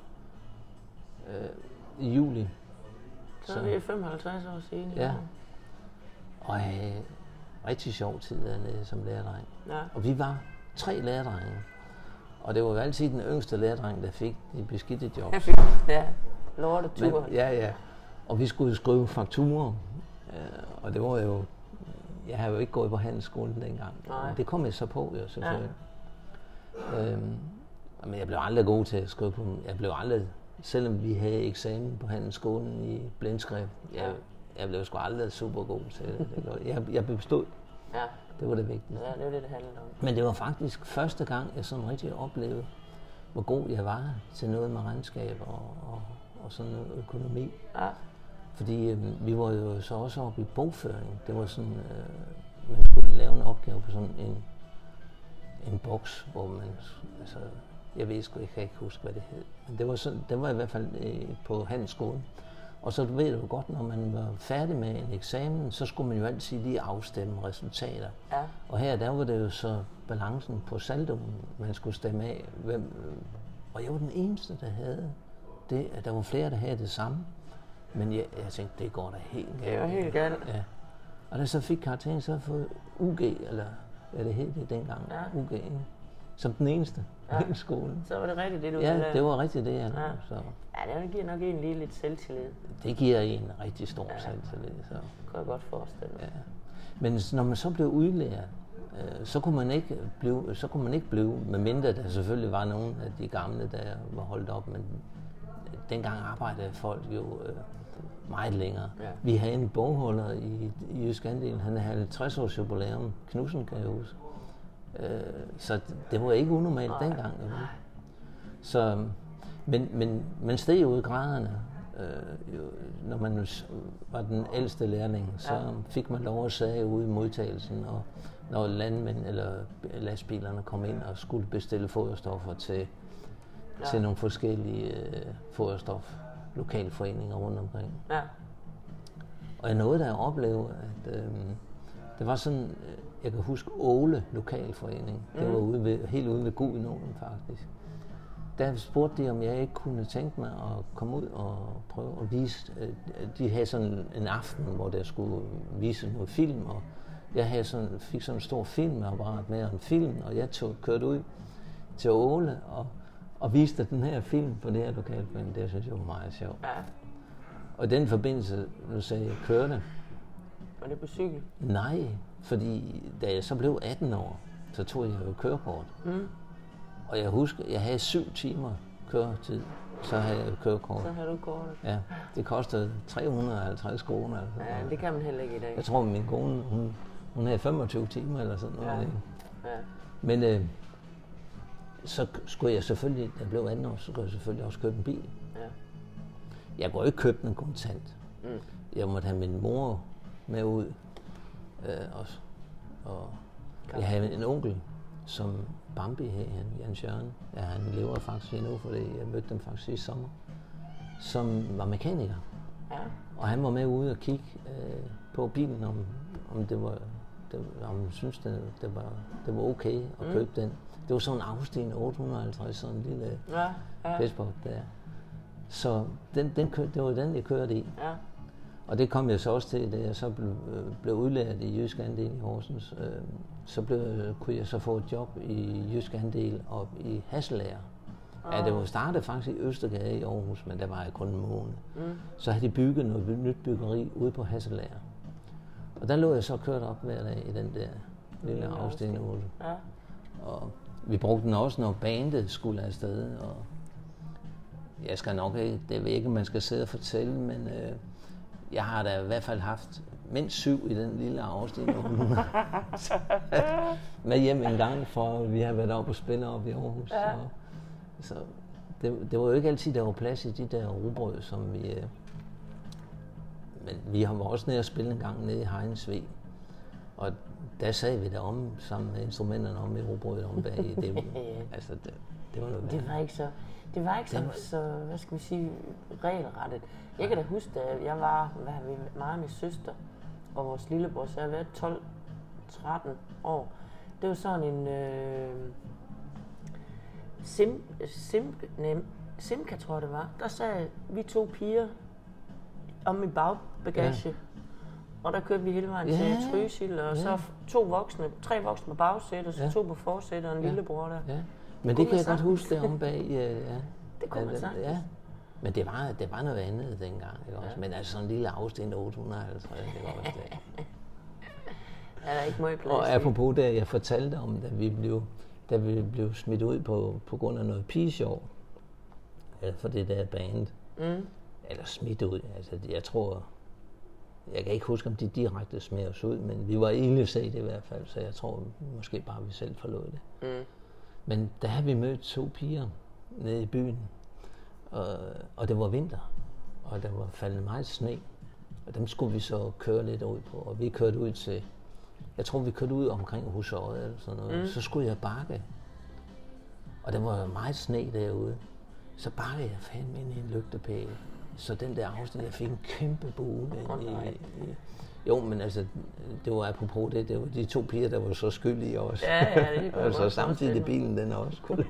B: Ja. Øh, I juli.
A: Så er det femoghalvtreds år siden.
B: Ja. Og øh, rigtig sjov tid dernede som lærdreng. Ja. Og vi var tre lærdrenge. Og det var jo altid den yngste lærdreng, der fik de beskidte jobs.
A: Jeg fik, ja, lorteture.
B: Ja, ja. Og vi skulle skrive fakturer. Og det var jo... Jeg havde jo ikke gået på handelsskolen dengang. Nej. Det kom jeg så på, jo, selvfølgelig. Ja. Øhm, men jeg blev aldrig god til at skrive på dem. Jeg blev aldrig... Selvom vi havde eksamen på handelsskolen i blindskrift, jeg, jeg blev sgu aldrig super god til det. Jeg, jeg bestod. Ja. Det var det vigtige.
A: Ja, det var det, det handlede om.
B: Men det var faktisk første gang, jeg sådan rigtig oplevede, hvor god jeg var til noget med regnskab og, og, og sådan noget økonomi. Ja. Fordi øh, vi var jo så også oppe i bogføring. Det var sådan, øh, man skulle lave en opgave på sådan en, en boks, hvor man, altså, jeg ved sgu, jeg kan ikke huske, hvad det hed. Men det var, sådan, det var i hvert fald øh, på handelsskolen. Og så ved du godt, når man var færdig med en eksamen, så skulle man jo altid lige afstemme resultater. Ja. Og her, der var det jo så balancen på saldoen, man skulle stemme af. Hvem, og jeg var den eneste, der havde det. Der var flere, der havde det samme. Men jeg, jeg tænkte, det går da helt galt.
A: Det var helt galt.
B: Ja. Og da så fik karakteren, så fået U G, eller hvad det hed det dengang, ja. U G, som den eneste ja. i skolen.
A: Så var det rigtigt det, du
B: ja,
A: ville.
B: Ja, det var rigtigt det, jeg ja.
A: Så. Ja, det giver nok en lige lidt selvtillid.
B: Det giver en rigtig stor ja. selvtillid. Så.
A: Det kan jeg godt forestille mig. Ja.
B: Men når man så blev udlært, øh, så kunne man ikke blive, så kunne man ikke blive, medmindre der selvfølgelig var nogle af de gamle, der var holdt op, men dengang arbejdede folk jo øh, meget længere. Ja. Vi havde en bogholder i, i Jysk Andel, han havde halvtreds års jubilæum, Knudsen kan jeg huske. Øh, så det var ikke unormalt Nej. dengang. Jo. Så, men, men man steg jo i graderne. Øh, jo, når man var den ældste lærling, så ja. fik man lov at sige ude i modtagelsen, og når landmænd eller lastbilerne kom ind og skulle bestille foderstoffer til, ja. til nogle forskellige øh, foderstof, lokalforeninger rundt omkring. Ja. Og jeg nåede da at opleve, at øh, det var sådan, jeg kan huske Åle Lokalforening, mm. det var ude ved, helt ude ved Gudenåen faktisk. Der spurgte de, om jeg ikke kunne tænke mig at komme ud og prøve at vise. De havde sådan en aften, hvor der skulle vise noget film, og jeg havde sådan, fik sådan en stor filmapparat med og en film, og jeg tog, kørte ud til Åle, og, og viste den her film på det her lokalforening. Det synes jeg var meget sjovt.
A: Ja.
B: Og i den forbindelse, nu sagde jeg, kørte.
A: Var det på cykel?
B: Nej, fordi da jeg så blev atten år, så tog jeg jo kørekort. Mm. Og jeg husker, jeg havde syv timer køretid, så havde jeg kørekort.
A: Så havde du kortet.
B: Ja, det kostede tre hundrede og halvtreds kroner. Altså.
A: Ja, det kan man heller ikke i dag.
B: Jeg tror, min kone, hun, hun havde femogtyve timer eller sådan noget.
A: Ja.
B: Ikke?
A: Ja.
B: Men øh, så skulle jeg selvfølgelig, da jeg blev atten år, så skulle jeg selvfølgelig også købe en bil.
A: Ja.
B: Jeg kunne ikke købe den kontant.
A: Mm.
B: Jeg måtte have min mor med ud øh, også. Og jeg havde en onkel, som Bambi her, han, Jens Jørgen. Ja, han lever faktisk endnu, fordi jeg mødte dem faktisk i sommer. Som var mekaniker.
A: Ja.
B: Og han var med ude og kigge øh, på bilen, om, om det var, det, om han syntes, det, det, var, det var okay at købe mm. den. Det var sådan en Austin otte hundrede og halvtreds, sådan en lille
A: ja, ja.
B: Vespa der. Så den, den kør, det var den, jeg kørte i.
A: Ja.
B: Og det kom jeg så også til, da jeg så blev, blev udlært i Jysk Andel i Horsens. Øh, så blev, kunne jeg så få et job i Jysk Andel op i Hasselager. Oh. Ja, det var startet faktisk i Østergade i Aarhus, men der var jeg kun en måned. Mm. Så havde de bygget noget nyt byggeri ude på Hasselager. Og der lå jeg så kørt op hver dag i den der lille mm, Austin otte. Ja. Og vi brugte den også, når bandet skulle afsted. Og jeg skal nok ikke, det ved jeg ikke, man skal sidde og fortælle, men øh, jeg har da i hvert fald haft mindst syv i den lille Austin otte med hjem en gang, for vi har været oppe og spille op i Aarhus. Ja. Og, så det, det var jo ikke altid, der var plads i de der rugbrød, som vi... Øh, men vi har også nede og spille en gang nede i Hejnsvig. Og der sad vi der om sammen med instrumenterne om i rugbrødet om bag i det. Altså, det, det var noget
A: Det var ikke så... Det var ikke så, var... så, hvad skal vi sige, regelrettet. Jeg kan da huske, at jeg var, hvad har vi, mig og min søster og vores lillebror, så jeg har været tolv tretten år. Det var sådan en øh, sim, sim, nem, Simca, tror jeg det var. Der sad vi to piger om min bagbagage. Ja. Og der kørte vi hele vejen ja. til Trysil, og ja. så to voksne, tre voksne på bagsædet, og så ja. to på forsædet, og en ja. lillebror der. Ja.
B: Men det kan jeg godt huske der om bag. Ja.
A: Det kunne man sagtens. Ja.
B: Men det var, det var noget andet dengang, ikke også? Ja. Men altså sådan en lille Austin otte hundrede og halvtreds, det var også det.
A: Ja, der er ikke meget plads.
B: Og apropos det, jeg fortalte om, da vi blev, da vi blev smidt ud på, på grund af noget pigesjov, eller for det der band, mm. eller smidt ud, altså jeg tror, jeg kan ikke huske, om de direkte smed os ud, men vi var ildesat i hvert fald, så jeg tror måske bare, vi selv forlod det. Mm. Men der har vi mødt to piger nede i byen, og, og det var vinter, og der var faldet meget sne, og dem skulle vi så køre lidt ud på, og vi kørte ud til, jeg tror vi kørte ud omkring Husøjet eller sådan noget, mm. så skulle jeg bakke, og der var meget sne derude, så bakkede jeg fandme ind i en lygtepæl, så den der afsnit, jeg fik en kæmpe bue oh, i, i, jo, men altså, det var apropos det, det var de to piger, der var så skyldige også.
A: Ja, ja, det
B: og så samtidig bilen, den også kunne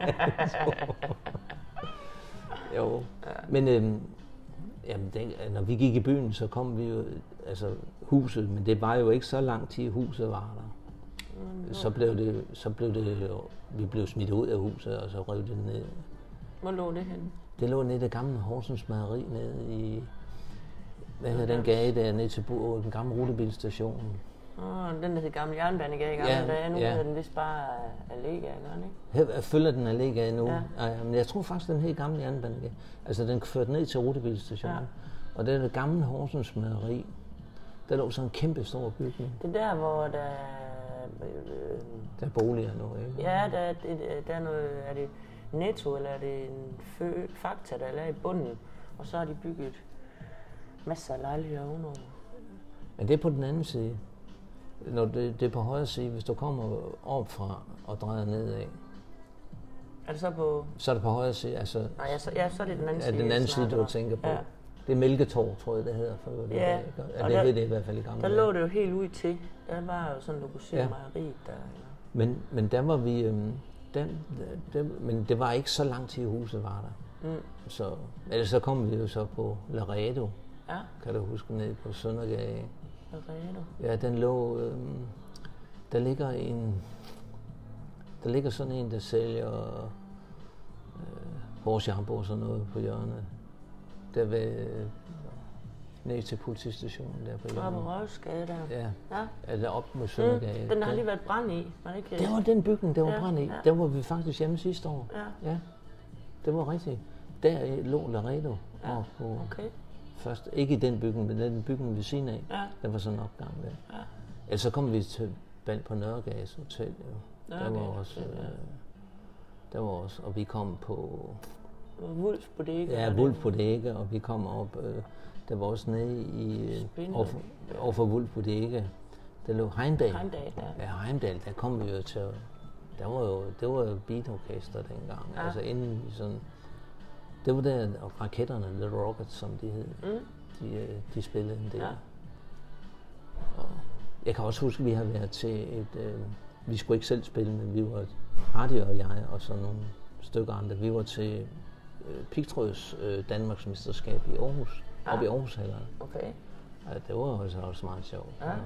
B: jo, ja. Men øhm, jamen, den, når vi gik i byen, så kom vi jo, altså huset, men det var jo ikke så lang tid, huset var der. Mm, så blev det, så blev det, vi blev smidt ud af huset, og så rev det ned.
A: Hvor lå det henne?
B: Det lå nede i det gamle Horsens Mejeri, nede i, hvad hedder den gade der, nede til den gamle rutebilstation.
A: Åh, oh, den der gamle jernbanegade i gamle ja, dage, nu ja. hedder den vist bare Allégade, gør den
B: ikke? Her følger den Allégade nu, ja. Ej, men jeg tror faktisk, den hed gamle jernbanegade. Altså, den førte ned til rutebilstationen. Ja. Og det er det gamle Horsens Mejeri. Der lå sådan en kæmpe stor bygning.
A: Det er der, hvor der...
B: Øh, der er boliger nu, ikke?
A: Ja, der, det, der er noget... Er det Netto, eller er det en fø, Fakta, der er i bunden? Og så har de bygget masser af lejligheder ovenover.
B: Men det er på den anden side. Når det, det er på højre side, hvis du kommer op fra og drejer nedad.
A: Er det så på...
B: Så er det på højre side, altså...
A: Nej, ja, så, ja, så er det den anden side.
B: Ja, den anden side, du tænker på. Ja. Det er Mælketorv, tror jeg, det hedder. For det
A: ja,
B: der, ja, det hed det i hvert fald i gamle
A: der dage. Lå det jo helt ud til. Der var jo sådan lokaliseret ja. mejeriet der. Ja.
B: Men, men der var vi... Øhm, den, den, men det var ikke så lang tid, huset var der. Mm. Så, ellers så kom vi jo så på Laredo. Ja. Kan du huske, ned på Søndergade.
A: Laredo?
B: Ja, den lå... Øhm, der ligger en... Der ligger sådan en, der sælger... Øh, Horsham og sådan noget på hjørnet. Der ved ned til politistationen der på hjørnet.
C: Oppe på Røvsgade der?
B: Ja,
C: ja.
B: Eller op mod Søndergade.
C: Mm, den har lige været brand i, var det ikke?
B: Det var den bygning, der var
C: ja,
B: brand i.
C: Ja.
B: Der var vi faktisk hjemme sidste år.
C: Ja.
B: ja. Det var rigtigt. Der lå Laredo.
C: Ja,
B: på
C: okay.
B: Først, ikke i den bygning, men den bygning ved siden af.
C: Ja.
B: Der var sådan en opgang der.
C: Ja.
B: Ellers så kom vi til bal på Nørregades Hotel. Jo.
C: Nørregade,
B: der var også, ja. øh, der var også, og vi kom på...
C: Wulff Bodega.
B: Ja, Wulff Bodega, og vi kom op... Øh, der var også nede i... Overfor, overfor Wulff Bodega. Der lå Heimdal.
C: Heimdal, ja.
B: Ja, Heimdal, der kom vi jo til... Der var jo, det var jo beatorkester dengang. Ja. Altså inden vi sådan... Det var der, og raketterne, The Rockets, som de hed. Mm. De, de spillede en del. Ja. Og jeg kan også huske, at vi har været til et... Øh, vi skulle ikke selv spille, men vi var... Hardy og jeg og sådan nogle stykker andre. Vi var til øh, Pigtråds øh, Danmarks mesterskab i Aarhus. Ja. Oppe i Aarhus-hallerne.
C: Okay.
B: Ja, det var også, også meget sjovt.
C: Ja.
B: Ja.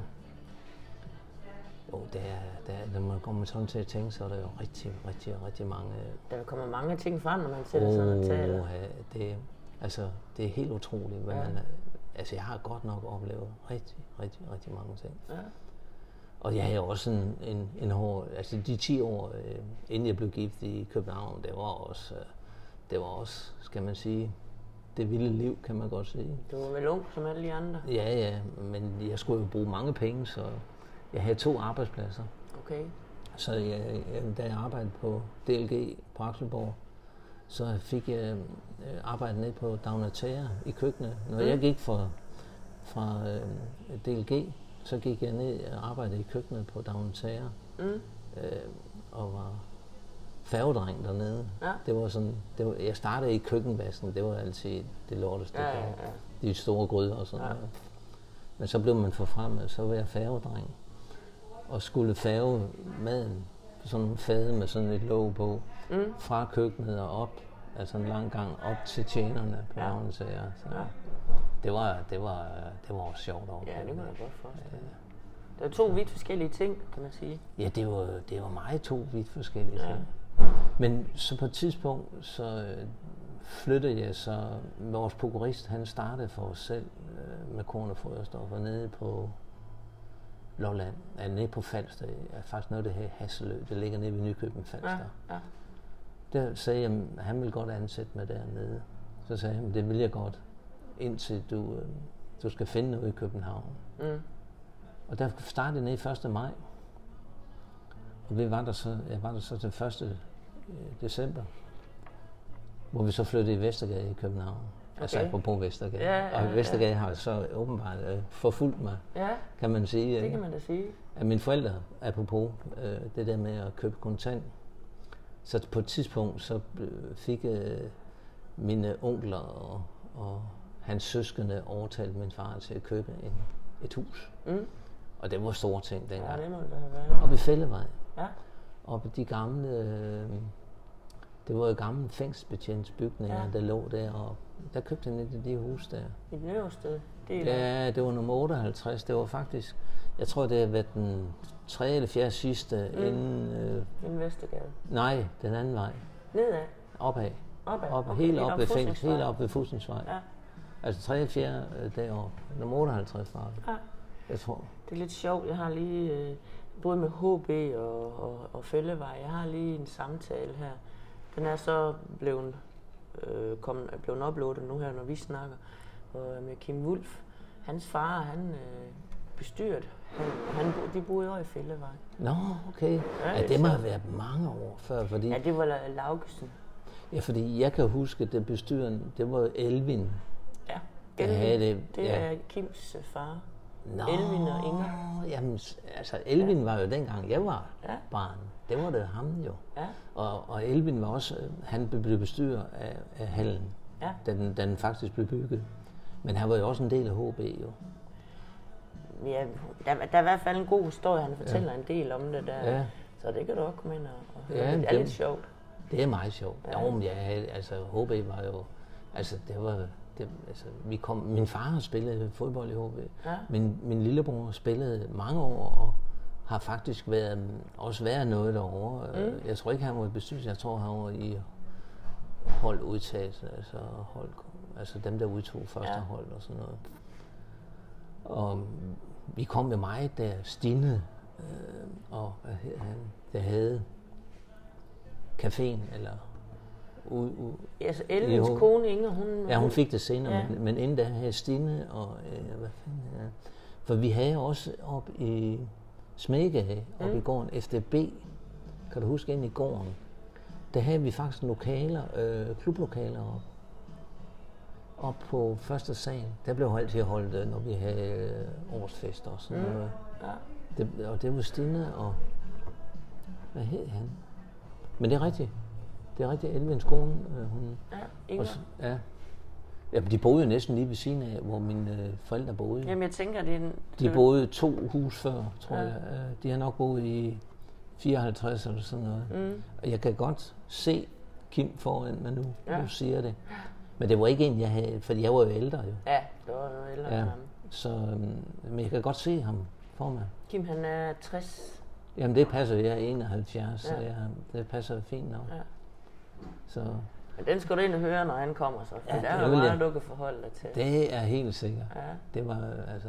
B: Jo, det er, det er, når man kommer sådan til at tænke, så er der jo rigtig, rigtig, rigtig mange...
C: Der kommer mange ting frem, når man sætter oh, sådan og taler.
B: Ja, det, altså, det er helt utroligt, hvad ja. man... Altså, jeg har godt nok oplevet rigtig, rigtig, rigtig mange ting. Ja. Og jeg havde også en, en, en hård... Altså, de ti år, øh, inden jeg blev gift i København, det var også... Øh, det var også, skal man sige... Det vilde liv, kan man godt sige.
C: Du var vel ung som alle de andre?
B: Ja, ja, men jeg skulle jo bruge mange penge, så... Jeg havde to arbejdspladser.
C: Okay.
B: Så jeg, jeg, da jeg arbejdede på D L G på Akselborg, så fik jeg øh, arbejde ned på Dagnatea i køkkenet. Når mm. jeg gik fra, fra øh, D L G, så gik jeg ned og arbejdede i køkkenet på Dagnatea. Mm. Øh, og var færgedreng dernede. Ja. Det var sådan, det var, jeg startede i køkkenvasken, det var altid det lorteste. Ja, ja, ja. De store gryder og sådan ja. noget. Men så blev man forfremmet, så var jeg færgedreng. Og skulle færge maden på sådan en fade med sådan et låg på, mm. fra køkkenet og op, altså en lang gang op til tjenerne på ja. Så, ja, så ja. det var det var det var også sjovt over.
C: Ja, det kunne jeg godt forestille. Ja. Det var to vidt forskellige ting, kan man sige.
B: Ja, det var det var meget to vidt forskellige ja. ting. Men så på et tidspunkt så flyttede jeg så vores prokurist, han startede for os selv øh, med korn og foderstoffer nede på Lolland, ja, nede på Falster, ja, faktisk noget af det her Hasselø, det ligger nede ved Nykøbing Falster. Ja, ja. Der sagde jeg, at han ville godt ansætte mig dernede. Så sagde han, det vil jeg godt, indtil du, øh, du skal finde noget i København. Mm. Og der startede jeg nede første maj. Og vi var der så, jeg var der så til første december, hvor vi så flyttede i Vestergade i København. Okay. Altså apropos Vestergade. Ja, ja, og Vestergade ja. har så åbenbart øh, forfulgt mig, ja, kan man sige.
C: Det kan man da sige.
B: At mine forældre, apropos øh, det der med at købe kontant, så på et tidspunkt så fik øh, mine onkler og, og hans søskende overtalt min far til at købe en, et hus. Mm. Og det var store ting dengang.
C: Ja, det må det have været.
B: Oppe i Fællevej. Ja. Oppe de gamle... Øh, det var jo gamle fængselsbetjentbygninger, ja. der lå der, og der købte han et af de hus der.
C: I den øverste del?
B: Ja, det var nummer otteoghalvtreds. Det var faktisk, jeg tror det har været den tredje eller fjerde sidste mm. inden... Øh,
C: inden Vestergade?
B: Nej, den anden vej.
C: Nedad?
B: Opad.
C: Opad?
B: Op, okay. Helt op ved fængsel, helt op ved Fussensvej. Ja. Altså tredje, fjerde øh, deroppe. Nummer otteoghalvtreds var det. Ja. Jeg tror.
C: Det er lidt sjovt. Jeg har lige, øh, både med H B og, og, og Fællevej, jeg har lige en samtale her. Den er så blevet, øh, kommet, blevet uploadet nu her, når vi snakker, og med Kim Wulff. Hans far, han øh, bestyrede, han, han, de boede over i Fællevej.
B: Nå, okay. Ja, ja, det må have været mange år før, fordi...
C: Ja, det var Laugesen.
B: Ja, fordi jeg kan huske, at det bestyreren, det var Elvin.
C: Ja, Elvin, det, det ja. er Kims far. Nå, Elvin og Inger.
B: Jamen, altså Elvin ja. var jo dengang jeg var
C: ja.
B: barn. Det var det ham jo.
C: Ja.
B: Og, og Elvin var også, han blev bestyrer af, af hallen,
C: ja.
B: da, den, da den faktisk blev bygget. Men han var jo også en del af H B jo.
C: Ja, der, der er i hvert fald en god historie, han fortæller ja. en del om det der. Ja. Så det kan du også komme ind og, og høre. Ja, det er det, lidt sjovt.
B: Det er meget sjovt. Ja. Jo, men ja, altså H B var jo, altså det var... Det, altså, vi kom, min far har spillet fodbold i H B. Ja. Min, min lillebror spillede mange år og har faktisk været, også været noget derovre. Mm. Jeg tror ikke, han var i bestyrelse. Jeg tror, han var i holdudtagelse, altså, hold, altså dem, der udtog første ja. hold og sådan noget. Og vi kom med meget der, Stine, øh, og hvad hedder han, der havde caféen, eller ude... U-
C: altså Elvins kone Inger, hun...
B: Ja, hun fik det senere,
C: ja.
B: men, men inden da havde Stine og... Øh, hvad fanden er det? For vi havde også op i Smedegade, op mm. i gården F D B, kan du huske, ind i gården, der havde vi faktisk lokaler, øh, klublokaler op. Op på første sal, der blev altid holdt, når vi havde øh, årsfester og sådan mm. noget. Ja. Det, og det var Stine og... Hvad hed han? Men det er rigtigt. Det er rigtigt, Elvins kone, øh, hun...
C: Ja, Inger.
B: Også, ja. Ja, de boede jo næsten lige ved siden af, hvor mine øh, forældre boede.
C: Jamen, jeg tænker, det er en...
B: De boede to hus før, tror ja. jeg. De har nok boet i fireoghalvtreds eller sådan noget. Mm. Og jeg kan godt se Kim foran mig nu, ja. nu siger det. Men det var ikke en, jeg havde, fordi jeg var jo ældre jo.
C: Ja, det var jo ældre ja. end ham.
B: Så, men jeg kan godt se ham for mig.
C: Kim, han er tres.
B: Jamen, det passer, jeg er enoghalvfjerds, ja. så jeg, det passer fint nok. Ja. Så...
C: Men den skal du ind og høre, når han kommer så, for ja, der er jo meget, du kan forholde dig til.
B: Det er helt sikkert.
C: Ja.
B: Det var, altså...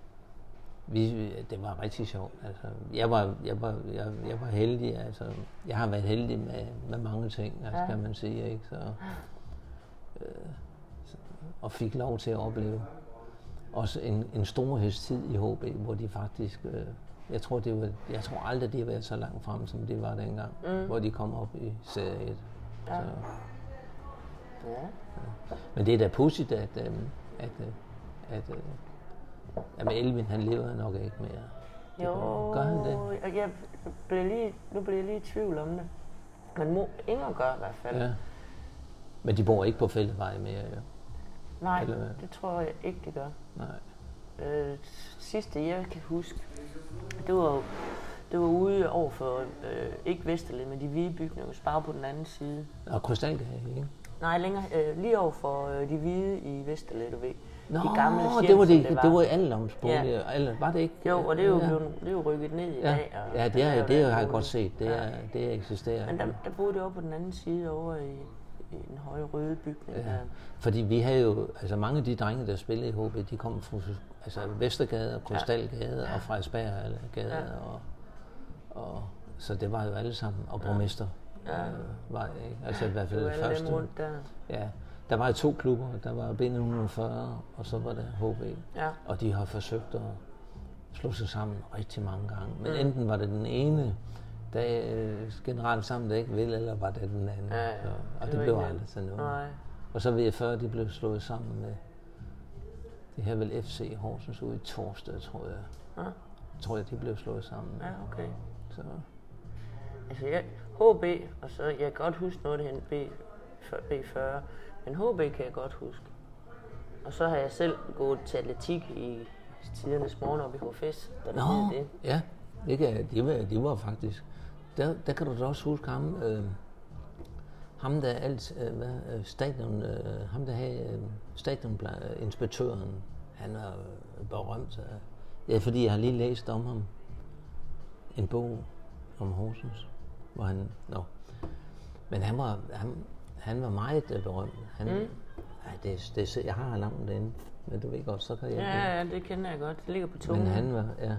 B: Vi, det var rigtig sjovt. Altså, jeg, var, jeg, var, jeg, jeg var heldig, altså... Jeg har været heldig med, med mange ting, altså, ja. kan man sige, ikke? Så, øh, og fik lov til at opleve også en, en storhedstid i H B, hvor de faktisk... Øh, jeg tror, det var, jeg tror aldrig, de har været så langt frem, som det var dengang, mm. hvor de kom op i serie et. Ja. Så, ja. Ja. Men det er da pudsigt, at, at, at, at, at Elvin, han lever nok ikke mere.
C: Jo,
B: gør han det?
C: Jeg blev lige, nu bliver jeg lige i tvivl om det. Men mor, Inger gør i hvert fald.
B: Ja. Men de bor ikke på Fælledvej mere, jo?
C: Nej, eller, det tror jeg ikke, de gør.
B: Nej.
C: Øh, sidste, jeg kan huske, det var det var ude over for, øh, ikke Vesterled, men de hvide bygninger, bare på den anden side.
B: Og Krystalgade, ikke?
C: Nej, længere, øh, lige over for øh, de hvide i Vesterled, du ved.
B: Nå,
C: de gamle hjem,
B: det var det,
C: det var.
B: Det var alderdomsboliger,
C: ja.
B: Alle, var det ikke?
C: Jo, og det er jo,
B: ja.
C: blevet, det er jo rykket ned i
B: ja.
C: dag. Og
B: ja, det, er, det, det har jeg godt set, det, er, det eksisterer.
C: Men der, der boede det over på den anden side, over i, i en høje røde bygning.
B: Ja. Fordi vi havde jo, altså mange af de drenge, der spillede i H B, de kom fra altså Vestergade og Krystalgade ja. og Frederiksberggade ja. og, og så det var jo alle sammen, og borgmester ja. øh, var ikke? Altså i hvert fald det første.
C: Rundt der.
B: Ja, der var to klubber, der var B et hundrede og fyrre, og så var der H B.
C: Ja. Og
B: de har forsøgt at slå sig sammen rigtig mange gange. Men mm. enten var det den ene, der øh, generelt sammen, der ikke vil, eller var det den anden.
C: Ja, ja.
B: Så, og det, det blev aldrig til noget.
C: Nej.
B: Og så ved jeg før, de blev slået sammen med, det her vel F C Horsens ude i Torsted, tror jeg. Ja. Tror jeg, de blev slået sammen.
C: Ja, okay.
B: Så.
C: Altså, jeg, H B, og så, jeg kan godt huske noget af det B fyrre, men H B kan jeg godt huske. Og så har jeg selv gået til atletik i tidernes morgen op i H F S, der
B: Nå,
C: det.
B: Ja, det kan, de, var, de var faktisk, der, der kan du da også huske ham, øh, ham der alt, øh, hvad, stadion, øh, ham der havde øh, stadioninspektøren, han er øh, berømt. Øh, ja, fordi jeg har lige læst om ham, en bog om Horsens, hvor han, nå, men han var, han, han var meget øh, berømt. Han, mm. Ej, det, det, jeg har langt derinde, men du ved godt, så kan jeg ikke.
C: Ja, ja, det kender jeg godt. Det ligger på tungen.
B: Men han var, ja.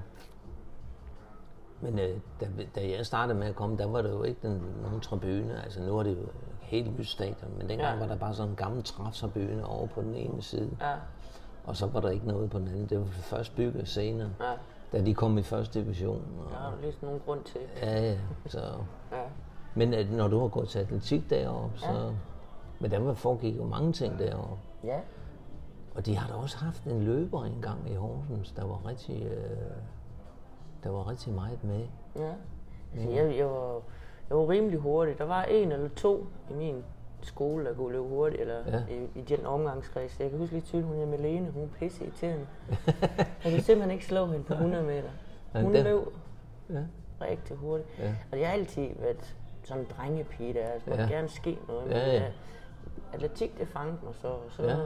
B: Men øh, da, da jeg startede med at komme, der var der jo ikke den, nogen tribune. Altså nu er det jo helt nyt stadion, men dengang ja. var der bare sådan en gammel trætribune over på den ene side. Ja. Og så var der ikke noget på den anden. Det var først bygget senere, ja. da de kom i første division. Og,
C: der er lige sådan nogen grund til.
B: Ja, ja. Så. Ja. Men at, når du har gået til atletik deroppe, så... Ja. Men der foregik jo mange ting derovre. Ja. Og de har da også haft en løber engang i Horsens, der var rigtig, øh, der var rigtig meget med.
C: Ja, altså jeg, jeg, var, jeg var rimelig hurtig. Der var en eller to i min skole, der kunne løbe hurtigt, eller ja. i, i den omgangskreds. Jeg kan huske lige tydeligt, hun er Melene, hun er pisse irriterende. Jeg kan simpelthen ikke slå hende på hundrede meter. Hun ja, løb ja. rigtig hurtigt. Ja. Og jeg har altid været sådan en drengepige, der altså, måtte ja. gerne ske noget. Ja, ja. Atletik, det fangede mig så. så ja.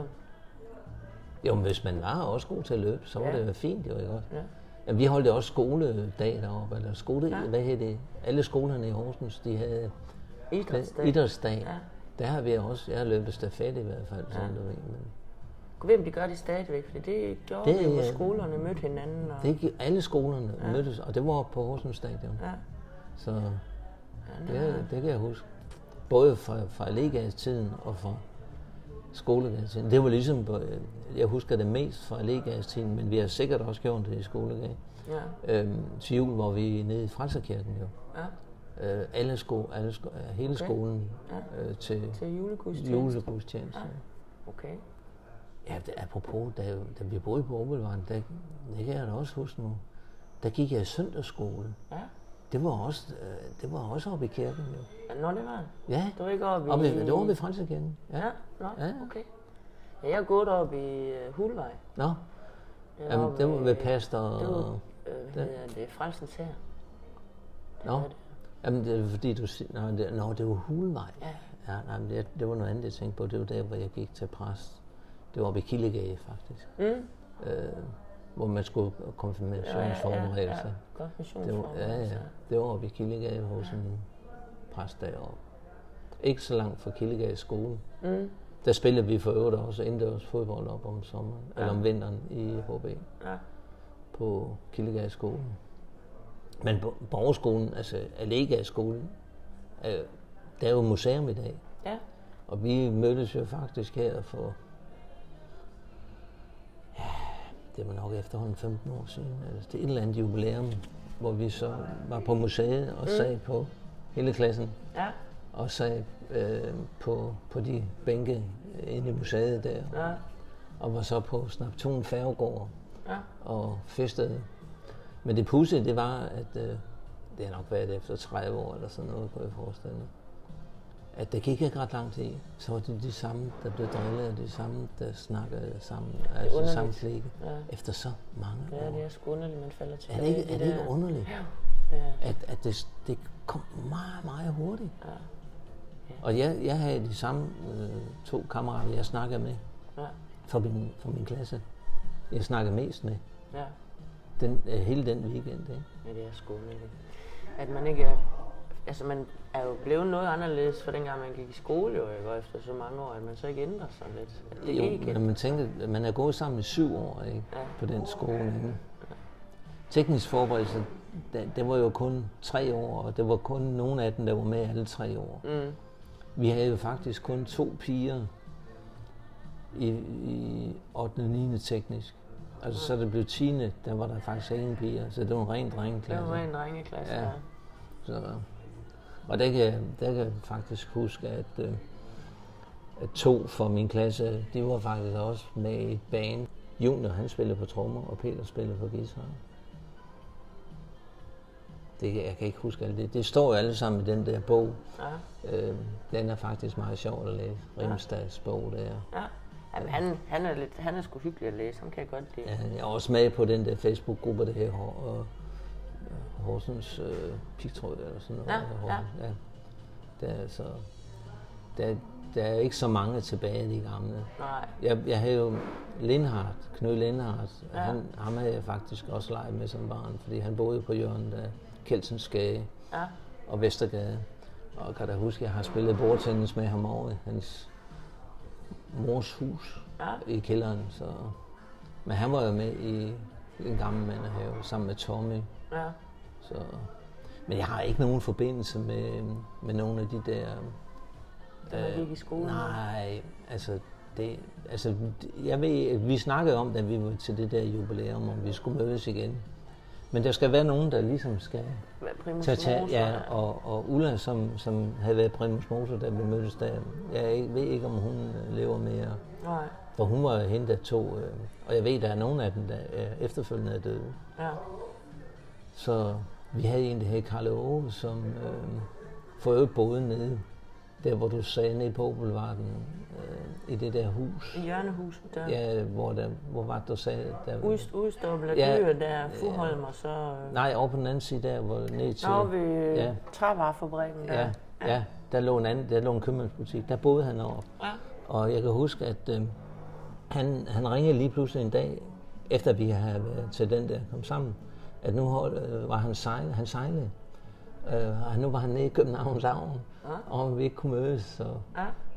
B: Jo, men hvis man var også god til at løbe, så var ja. det jo fint, jo ikke også? Ja. Ja, vi holdt også skoledag deroppe, eller skole, ja. hvad hed det? Alle skolerne i Horsens, de havde
C: idrætsdag.
B: idrætsdag. Ja. Der har vi også, jeg har løbet stafet i hvert fald, sådan
C: Ja.
B: du ved. Men
C: Gå ved, om de gør det stadigvæk, for det gjorde
B: Det,
C: det, vi, hvor
B: øh,
C: skolerne mødte hinanden. Og...
B: det gik alle skolerne
C: Ja.
B: ja. mødtes, og det var på Horsens Stadion.
C: Ja.
B: Så
C: Ja,
B: det, det kan jeg huske. Både fra, fra Legas-tiden og fra skolegas-tiden. Det var ligesom, jeg husker det mest fra Legas-tiden, men vi har sikkert også gjort det i skolegas.
C: Ja.
B: Øhm, til jul var vi nede i Frelserkirken jo.
C: Ja.
B: Øh, alle sko, alle sko, hele
C: Okay.
B: skolen
C: Ja.
B: øh, til
C: Til julegudstjeneste.
B: julegudstjeneste.
C: Ja. Okay.
B: Ja, det, apropos, da, da vi boede på Åbelvaren, der, det kan jeg da også huske nu, der gik jeg i søndagsskole.
C: Ja.
B: Det var også, øh, det var også oppe i kirken jo.
C: Ja, nå, det var det.
B: Ja,
C: Det var ikke oppe i...
B: oppe, i- det var oppe i Frelserkirken.
C: Ja, nå,
B: Ja.
C: okay. Ja, jeg er gået op i uh, Hulvej.
B: Nå,
C: Jeg er
B: jamen,
C: oppe
B: det var ved
C: ved-
B: pastor
C: Det var,
B: og...
C: øh, hvad hedder det? Frelsens her.
B: Nå, jamen, det er fordi du siger, nå, det, nå, det var Hulvej.
C: Ja.
B: Ja, nej, men det, det var noget andet, jeg tænkte på. Det var der, hvor jeg gik til præst. Det var oppe i Kildegade, faktisk.
C: Mm.
B: Øh, hvor man skulle konfirmationsforberede
C: ja,
B: sig.
C: ja.
B: Det var,
C: Konfirmationsforberedelse.
B: ja, ja. Det var oppe i Kildegade hos en præst deroppe. Ikke så langt fra Kildegade skole.
C: Mm.
B: Der spillede vi for øvrigt også indendørs fodbold op om sommeren,
C: Ja.
B: eller om vinteren i H B
C: Ja.
B: på Kildegade skolen. Men på Borgerskolen, altså Allega skolen, øh, der er jo museum i dag.
C: Ja.
B: Og vi mødtes jo faktisk her for, ja, det var nok efterhånden femten år siden. Altså, det er et eller andet jubilæum, hvor vi så var på museet og sad på hele klassen.
C: Ja.
B: Og sad øh, på, på de bænke inde i museet der.
C: Ja.
B: Og var så på Snaptun Færgegård
C: Ja.
B: og festede. Men det pudsige, det var, at øh, det har nok været efter tredive år eller sådan noget, kunne jeg forestille mig. At der gik ikke ret lang tid, så var det de samme, der blev drillet, og de samme, der snakkede sammen, altså
C: underligt.
B: samme klikke,
C: Ja.
B: efter så mange
C: Ja,
B: år.
C: det er sgu underligt, man falder
B: Er
C: tilbage.
B: det ikke,
C: i
B: er det ikke
C: der-
B: underligt,
C: Ja. Det er-
B: at, at det, det kom meget, meget hurtigt?
C: Ja.
B: Og jeg, jeg havde de samme øh, to kammerater, jeg snakkede med
C: Ja.
B: fra min, fra min klasse. Jeg snakkede mest med
C: Ja.
B: den, øh, hele den weekend. Ikke?
C: Ja, det er sgu underligt. At man ikke er... Altså, man er jo blevet noget anderledes for dengang, man gik i skole, jo, ikke? Og efter så mange år, at man så ikke ændrer sig lidt. At det
B: Jo,
C: gik ikke.
B: men man tænker, at man er gået sammen i syv år ikke?
C: Ja.
B: På den skole. Ikke? Teknisk forberedelse, det, det var jo kun tre år, og det var kun nogle af dem, der var med alle tre år.
C: Mm.
B: Vi havde jo faktisk kun to piger i, i ottende og niende teknisk. Altså så det blev tiende, der var der faktisk ingen piger, så det var en ren
C: Det
B: drengeklasse.
C: var en drengeklasse,
B: Ja.
C: ja.
B: Så, og der kan, jeg- der kan jeg faktisk huske, at, øh, at to fra min klasse, de var faktisk også med i et band. Junior, han spillede på trommer, og Peter spillede på guitar. Det, jeg kan ikke huske alt det. Det står jo alle sammen i den der bog.
C: Ja.
B: Øh, den er faktisk meget sjov at læse. Rimstads bog der.
C: Ja. Jamen, han, han, er lidt, han er sgu hyggelig at læse, ham kan jeg godt lide.
B: Ja, jeg er også med på den der Facebook-gruppe, der her og, Horsens øh, pigtråd eller sådan noget.
C: Ja,
B: eller Horsens, ja. Der, er så, der, der er ikke så mange tilbage af de gamle.
C: Nej.
B: Jeg, jeg havde jo Lindhardt, Knud Lindhardt,
C: Ja.
B: han, ham havde jeg faktisk også leget med som barn, fordi han boede på hjørnet af Kjeldsensgade
C: Ja.
B: og Vestergade. Og kan da huske, at jeg har spillet bordtennis med ham over i hans mors hus
C: Ja.
B: i kælderen. Så. Men han var jo med i en gammel mandehave sammen med Tommy.
C: Ja.
B: Så. Men jeg har ikke nogen forbindelse med, med nogle af de der...
C: Der gik i skole.
B: Nej, altså, det, altså jeg ved, vi snakkede om, da vi var til det der jubilæum, om vi skulle mødes igen. Men der skal være nogen, der ligesom skal
C: Primus
B: tage, tage
C: motor,
B: ja, og, og Ulla, som, som havde været primus motor, da vi mødtes der, jeg ikke, ved ikke, om hun øh, lever mere.
C: Nej.
B: For hun var hende, der tog, øh, og jeg ved, der er nogle af dem, der er efterfølgende er døde.
C: Ja.
B: Så vi havde en, der hed Karl Ove, som øh, for øvrigt boede nede, der hvor du sagde, nede på Boulevarden, øh, i det der hus.
C: I hjørnehuset der.
B: Ja, hvor, der, hvor var det, du sagde? Der,
C: Udst, udstoppet af
B: Ja.
C: dyr der, Fuholm og så... Øh,
B: nej, over på den anden side der, hvor ned til...
C: Nå, ved
B: ja.
C: ja. trævarefabrikken der.
B: Ja, ja, der lå en anden, der lå en købmandsbutik. Der boede han over.
C: Ja.
B: Og jeg kan huske, at øh, han, han ringede lige pludselig en dag, efter vi havde været til den der kom sammen, at nu hold, øh, var han sejlet, han sejlede. Øh, og nu var han nede i Københavns Havn,
C: Ja.
B: og om vi ikke kunne mødes. Så,
C: Ja.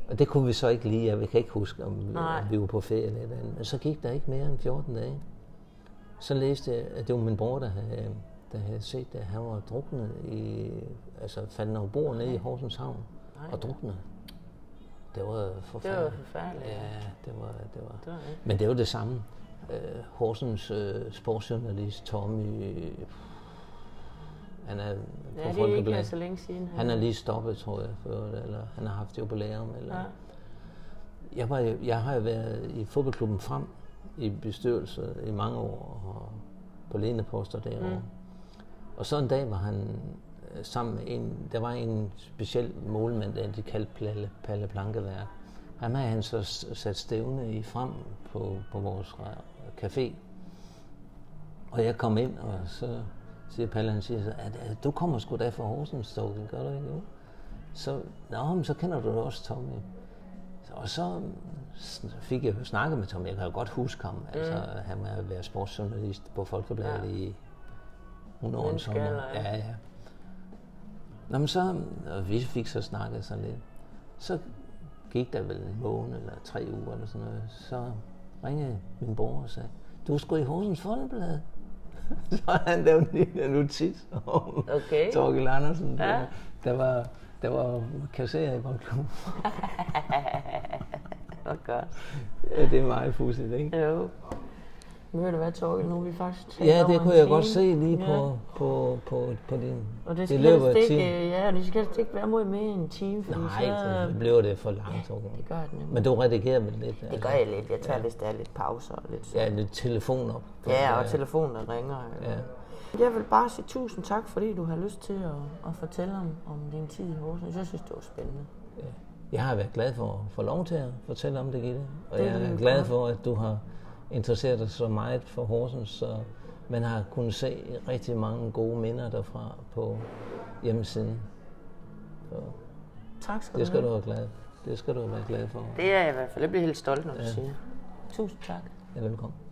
B: Og det kunne vi så ikke lide. Jeg kan ikke huske, om,
C: Nej.
B: om vi var på ferie eller andet. Men så gik der ikke mere end fjorten dage. Så læste jeg, at det var min bror, der havde, der havde set, at han var druknet i, altså fandt noget bord nede i Horsens Havn og druknet. Det var forfærdeligt.
C: Det var forfærdeligt.
B: Ja, det var det. Var.
C: Det var ikke.
B: Men det var det samme. Uh, Horsens uh, sportsjournalist Tommy, han er på
C: Ja, det er
B: Folkebladet.
C: ikke så længe siden.
B: Han er lige stoppet, tror jeg, for, eller han har haft jubilæum. Eller.
C: Ja.
B: Jeg, var, jeg har jo været i fodboldklubben Frem i bestyrelse i mange år, og på ledende poster derovre. Mm. Og så en dag var han sammen med en, der var en speciel målmand, der de kaldte Palle, Palle Plankeværk. Han havde han så sat stævne i Frem på, på vores café. Og jeg kom ind, og så siger Palle, han siger så, at du kommer sgu da fra Horsens, Torkel, gør du ikke? Jo. Så, nå, men så kender du da også Tommy. Og så fik jeg jo snakket med Tommy. Jeg kan jo godt huske ham. Mm. Altså, han var været sportsjournalist på Folkebladet ja. i hundrede år sommer. Ja, ja. Nå, men så, og vi fik så snakket sådan lidt. Så gik der vel en måned eller tre uger eller sådan noget. Så ringede min bror og sagde, du skulle i Horsens Folkeblad. Så har han lavet en notits om
C: okay.
B: Torkel Andersen.
C: Ja.
B: Der, der var, der var kasserer i boldklubben.
C: Hvor godt.
B: Ja, det er meget pudsigt, ikke?
C: Jo. Men ved du hvad, Torkel, nu er vi faktisk
B: ja, det kunne jeg
C: time.
B: godt se lige
C: ja.
B: på, på, på, på din...
C: Og det skal helst ikke, ja, det skal helst ikke være mod mere end en time, fordi
B: nej,
C: så...
B: så bliver det for langt, Torkel.
C: Det gør det nemlig.
B: Men du redigerer med lidt.
C: Det gør jeg lidt. Jeg tager ja. lidt, der lidt pauser og lidt så.
B: Ja, lidt telefon op.
C: Ja, og telefonen der ringer.
B: Ja.
C: Jeg vil bare sige tusind tak, fordi du har lyst til at, at fortælle om, om din tid i Horsens. Jeg synes, det var spændende.
B: Ja. Jeg har været glad for at få lov til at fortælle om det, Gitte. Og
C: det
B: jeg er glad for, at du har interesseret dig så meget for Horsens, så man har kunnet se rigtig mange gode minder derfra på hjemmesiden. Så
C: tak skal
B: det skal
C: du
B: du være glad. Det skal du være glad for.
C: Det er jeg i hvert fald. Jeg bliver helt stolt, når du
B: ja.
C: siger. Tusind tak.
B: Ja, velkommen.